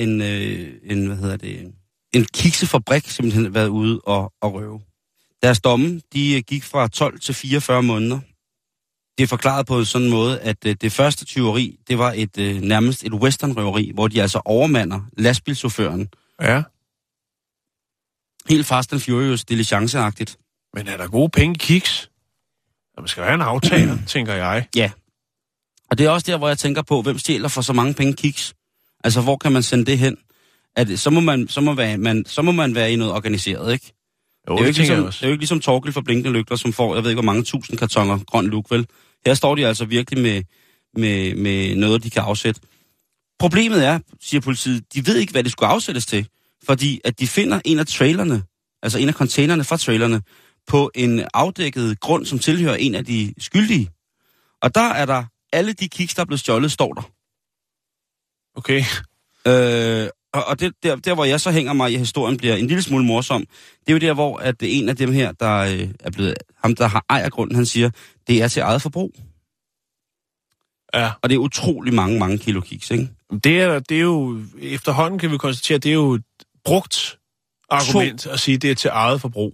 en kiksefabrik simpelthen været ude og røve. Deres domme, de gik fra 12 til 44 måneder. Det er forklaret på sådan en måde, at det første tyveri, det var nærmest et westernrøveri, hvor de altså overmander lastbilchaufføren. Ja. Helt Fast and Furious, diligenceagtigt. Men er der gode penge i kiks? Man skal være en aftaler, tænker jeg. Ja. Og det er også der, hvor jeg tænker på, hvem stjæler for så mange penge kiks? Altså, hvor kan man sende det hen? Så må man være i noget organiseret, ikke? Jo, det er jo ikke ligesom Torgild for Blinkende Lygter, som får, jeg ved ikke, hvor mange tusind kartoner grøn luk, vel? Her står de altså virkelig med noget, de kan afsætte. Problemet er, siger politiet, de ved ikke, hvad det skulle afsættes til, fordi at de finder en af trailerne, altså en af containerne fra trailerne, på en afdækket grund, som tilhører en af de skyldige. Og der er der, alle de kiks, der er blevet stjålet, står der. Okay. Og det, der, hvor jeg så hænger mig i historien, bliver en lille smule morsom. Det er jo der, hvor at en af dem her, der er blevet, ham der har ejer grunden, han siger, det er til eget forbrug. Ja. Og det er utrolig mange kilo kiks, ikke? Det er jo, efterhånden kan vi konstatere, det er jo et brugt argument at sige, det er til eget forbrug.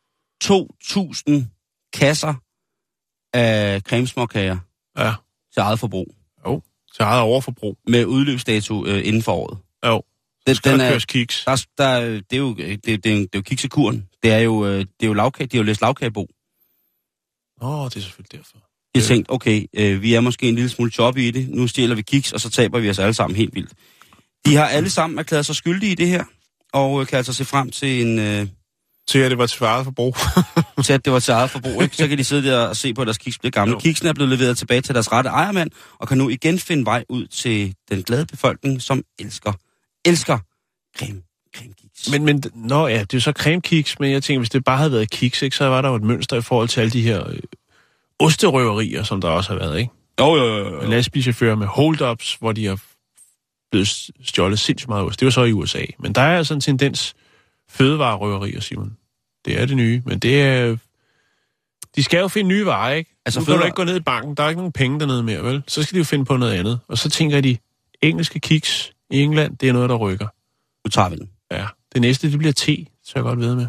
2.000 kasser af cremesmåkager til eget forbrug. Jo, til eget overforbrug. Med udløbsdato inden for året. Jo. Den er kiks. Det er jo kiksekuren. Det er jo lavkage, de har jo læst lavkagebo. Det er selvfølgelig derfor. De har tænkt, okay, vi er måske en lille smule choppy i det. Nu stjæler vi kiks, og så taber vi os alle sammen helt vildt. De har alle sammen erklæret sig skyldige i det her, og kan altså se frem til en... Til at det var til eget forbrug. Til at det var til eget forbrug, ikke? Så kan de sidde der og se på, at deres kiks bliver gamle. Kiksen er blevet leveret tilbage til deres rette ejermand, og kan nu igen finde vej ud til den glade befolkning, som elsker cremekiks. Men det er jo så cremekiks, men jeg tænker, hvis det bare havde været kiks, ikke, så var der jo et mønster i forhold til alle de her osterøverier, som der også har været, ikke? Jo. Lastbilchauffører med hold-ups, hvor de har blevet stjålet sindssygt meget ost. Det var så i USA. Men der er altså en tendens fødevarerøverier, Simon. Det er det nye, men det er... De skal jo finde nye veje, ikke? Altså, nu kan du ikke gå ned i banken, der er ikke nogen penge dernede mere, vel? Så skal de jo finde på noget andet. Og så tænker de, engelske kiks i England, det er noget, der rykker. Nu tager vi den. Ja, det næste, det bliver te, så jeg godt ved med.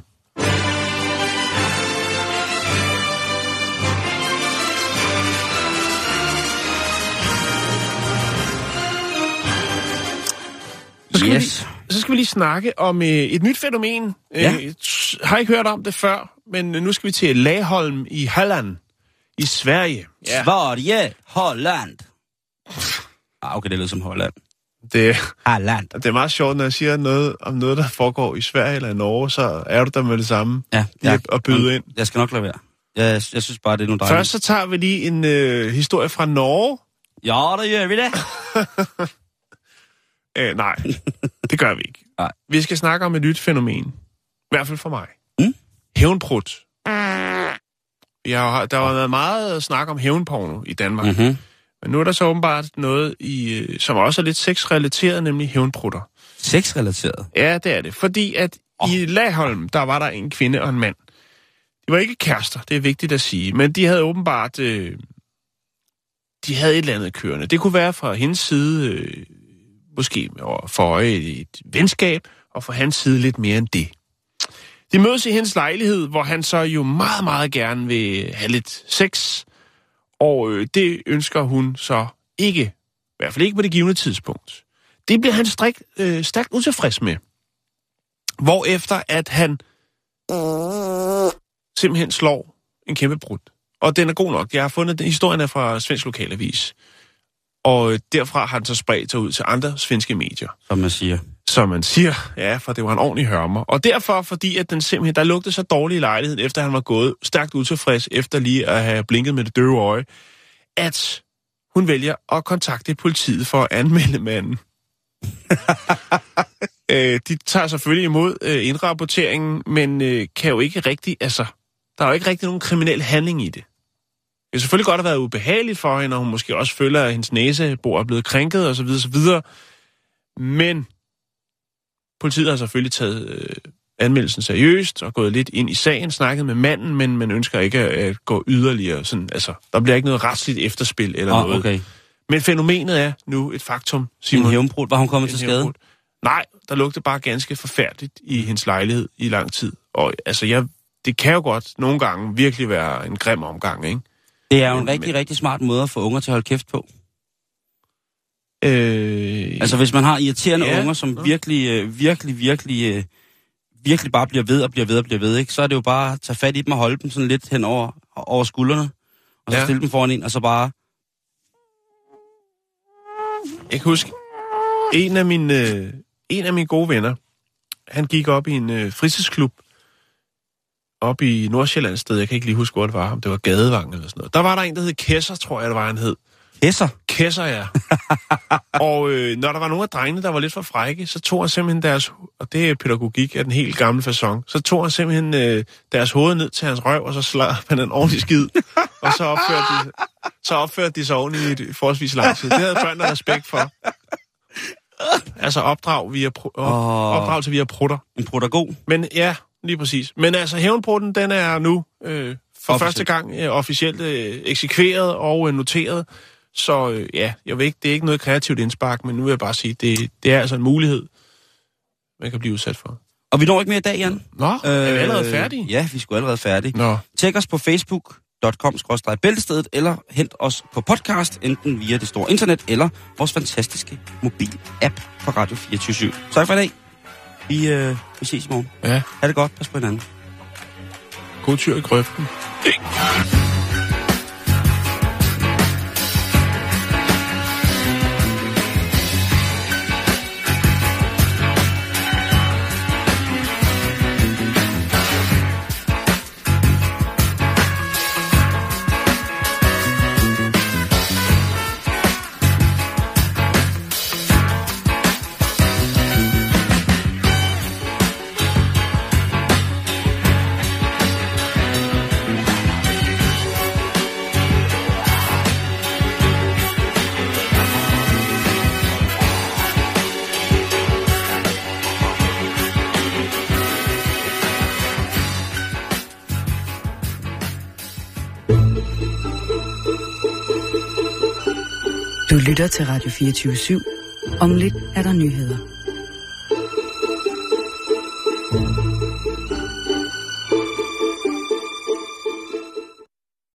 Så skal vi lige snakke om et nyt fænomen. Ja. Har ikke hørt om det før, men nu skal vi til Laholm i Halland i Sverige. Ja. Sverige, Holland. Okay, det lyder som Holland. Halland. Det er meget sjovt, når jeg siger noget om noget, der foregår i Sverige eller i Norge, så er du der med det samme og byde ind. Jeg skal nok lade være. Jeg synes bare, det er nogle dejlige. Først så tager vi lige en historie fra Norge. Ja, det gør vi det. Nej, det gør vi ikke. Nej. Vi skal snakke om et nyt fænomen. I hvert fald for mig. Hævnprut. Der har været meget snak om hævnporno i Danmark. Mm-hmm. Men nu er der så åbenbart noget, som også er lidt sexrelateret, nemlig hævnprutter. Sexrelateret? Ja, det er det. Fordi at i Laholm, der var der en kvinde og en mand. De var ikke kærester, det er vigtigt at sige. Men de havde åbenbart... de havde et eller andet kørende. Det kunne være fra hendes side... måske for et venskab, og fra hans side lidt mere end det. De mødes i hendes lejlighed, hvor han så jo meget, meget gerne vil have lidt sex, og det ønsker hun så ikke, i hvert fald ikke på det givne tidspunkt. Det bliver han stærkt utilfreds med. Hvorefter at han simpelthen slår en kæmpe brud. Og den er god nok. Jeg har fundet den. Historien er fra Svensk Lokalavis. Og derfra har han så spredt sig ud til andre svenske medier. Som man siger, ja, for det var en ordentlig hørmer. Og derfor, fordi at den simpelthen, der lugtede så dårligt i lejligheden, efter han var gået stærkt utilfreds, efter lige at have blinket med det døve øje, at hun vælger at kontakte politiet for at anmelde manden. De tager selvfølgelig imod indrapporteringen, men kan jo ikke rigtig, altså, der er jo ikke rigtig nogen kriminel handling i det. Det kan selvfølgelig godt have været ubehageligt for hende, og hun måske også føler, at hendes næsebor er blevet krænket, osv. Men politiet har selvfølgelig taget anmeldelsen seriøst og gået lidt ind i sagen, snakket med manden, men man ønsker ikke at gå yderligere. Sådan, altså, der bliver ikke noget retsligt efterspil eller noget. Okay. Men fænomenet er nu et faktum, Simon. En hævnbrud, var hun kommet til skade? Nej, der lugtede bare ganske forfærdeligt i hendes lejlighed i lang tid. Og altså, det kan jo godt nogle gange virkelig være en grim omgang, ikke? Det er jo en rigtig smart måde at få unger til at holde kæft på. Altså, hvis man har irriterende unger, som virkelig bare bliver ved, ikke? Så er det jo bare at tage fat i dem og holde dem sådan lidt hen over skuldrene, og så stille dem foran en, og så bare... Jeg kan huske, en af mine gode venner, han gik op i en fritidsklub, op i Nordsjælland sted, jeg kan ikke lige huske, hvor det var, om det var Gadevang eller sådan noget. Der var der en, der hed Kæsser, tror jeg, det var, han hed. Kæsser? Kæsser, ja. Og når der var nogle af drengene, der var lidt for frække, så tog han simpelthen deres, og det er pædagogik af den helt gamle facon, så tog han simpelthen deres hoved ned til hans røv, og så slap han en ordentlig skid. Og så opførte de sig ordentligt i forholdsvis lang tid. Det havde børnene respekt for. Altså opdragelse via prutter. En prutter god? Men ja, lige præcis. Men altså, hævnprutten, den er nu for første gang officielt eksekveret og noteret. Så jeg ved ikke, det er ikke noget kreativt indspark, men nu vil jeg bare sige, det er altså en mulighed, man kan blive udsat for. Og vi når ikke mere i dag, Jan. Nå, er vi allerede færdige? Ja, vi skulle allerede færdige. Tjek os på facebook.com/bæltestedet, eller hent os på podcast, enten via det store internet, eller vores fantastiske mobil-app på Radio 24/7. Tak for i dag. Vi ses i morgen. Ja. Ha' det godt. Pas på hinanden. God tur i grøften. Du lytter til Radio 24/7. Om lidt er der nyheder.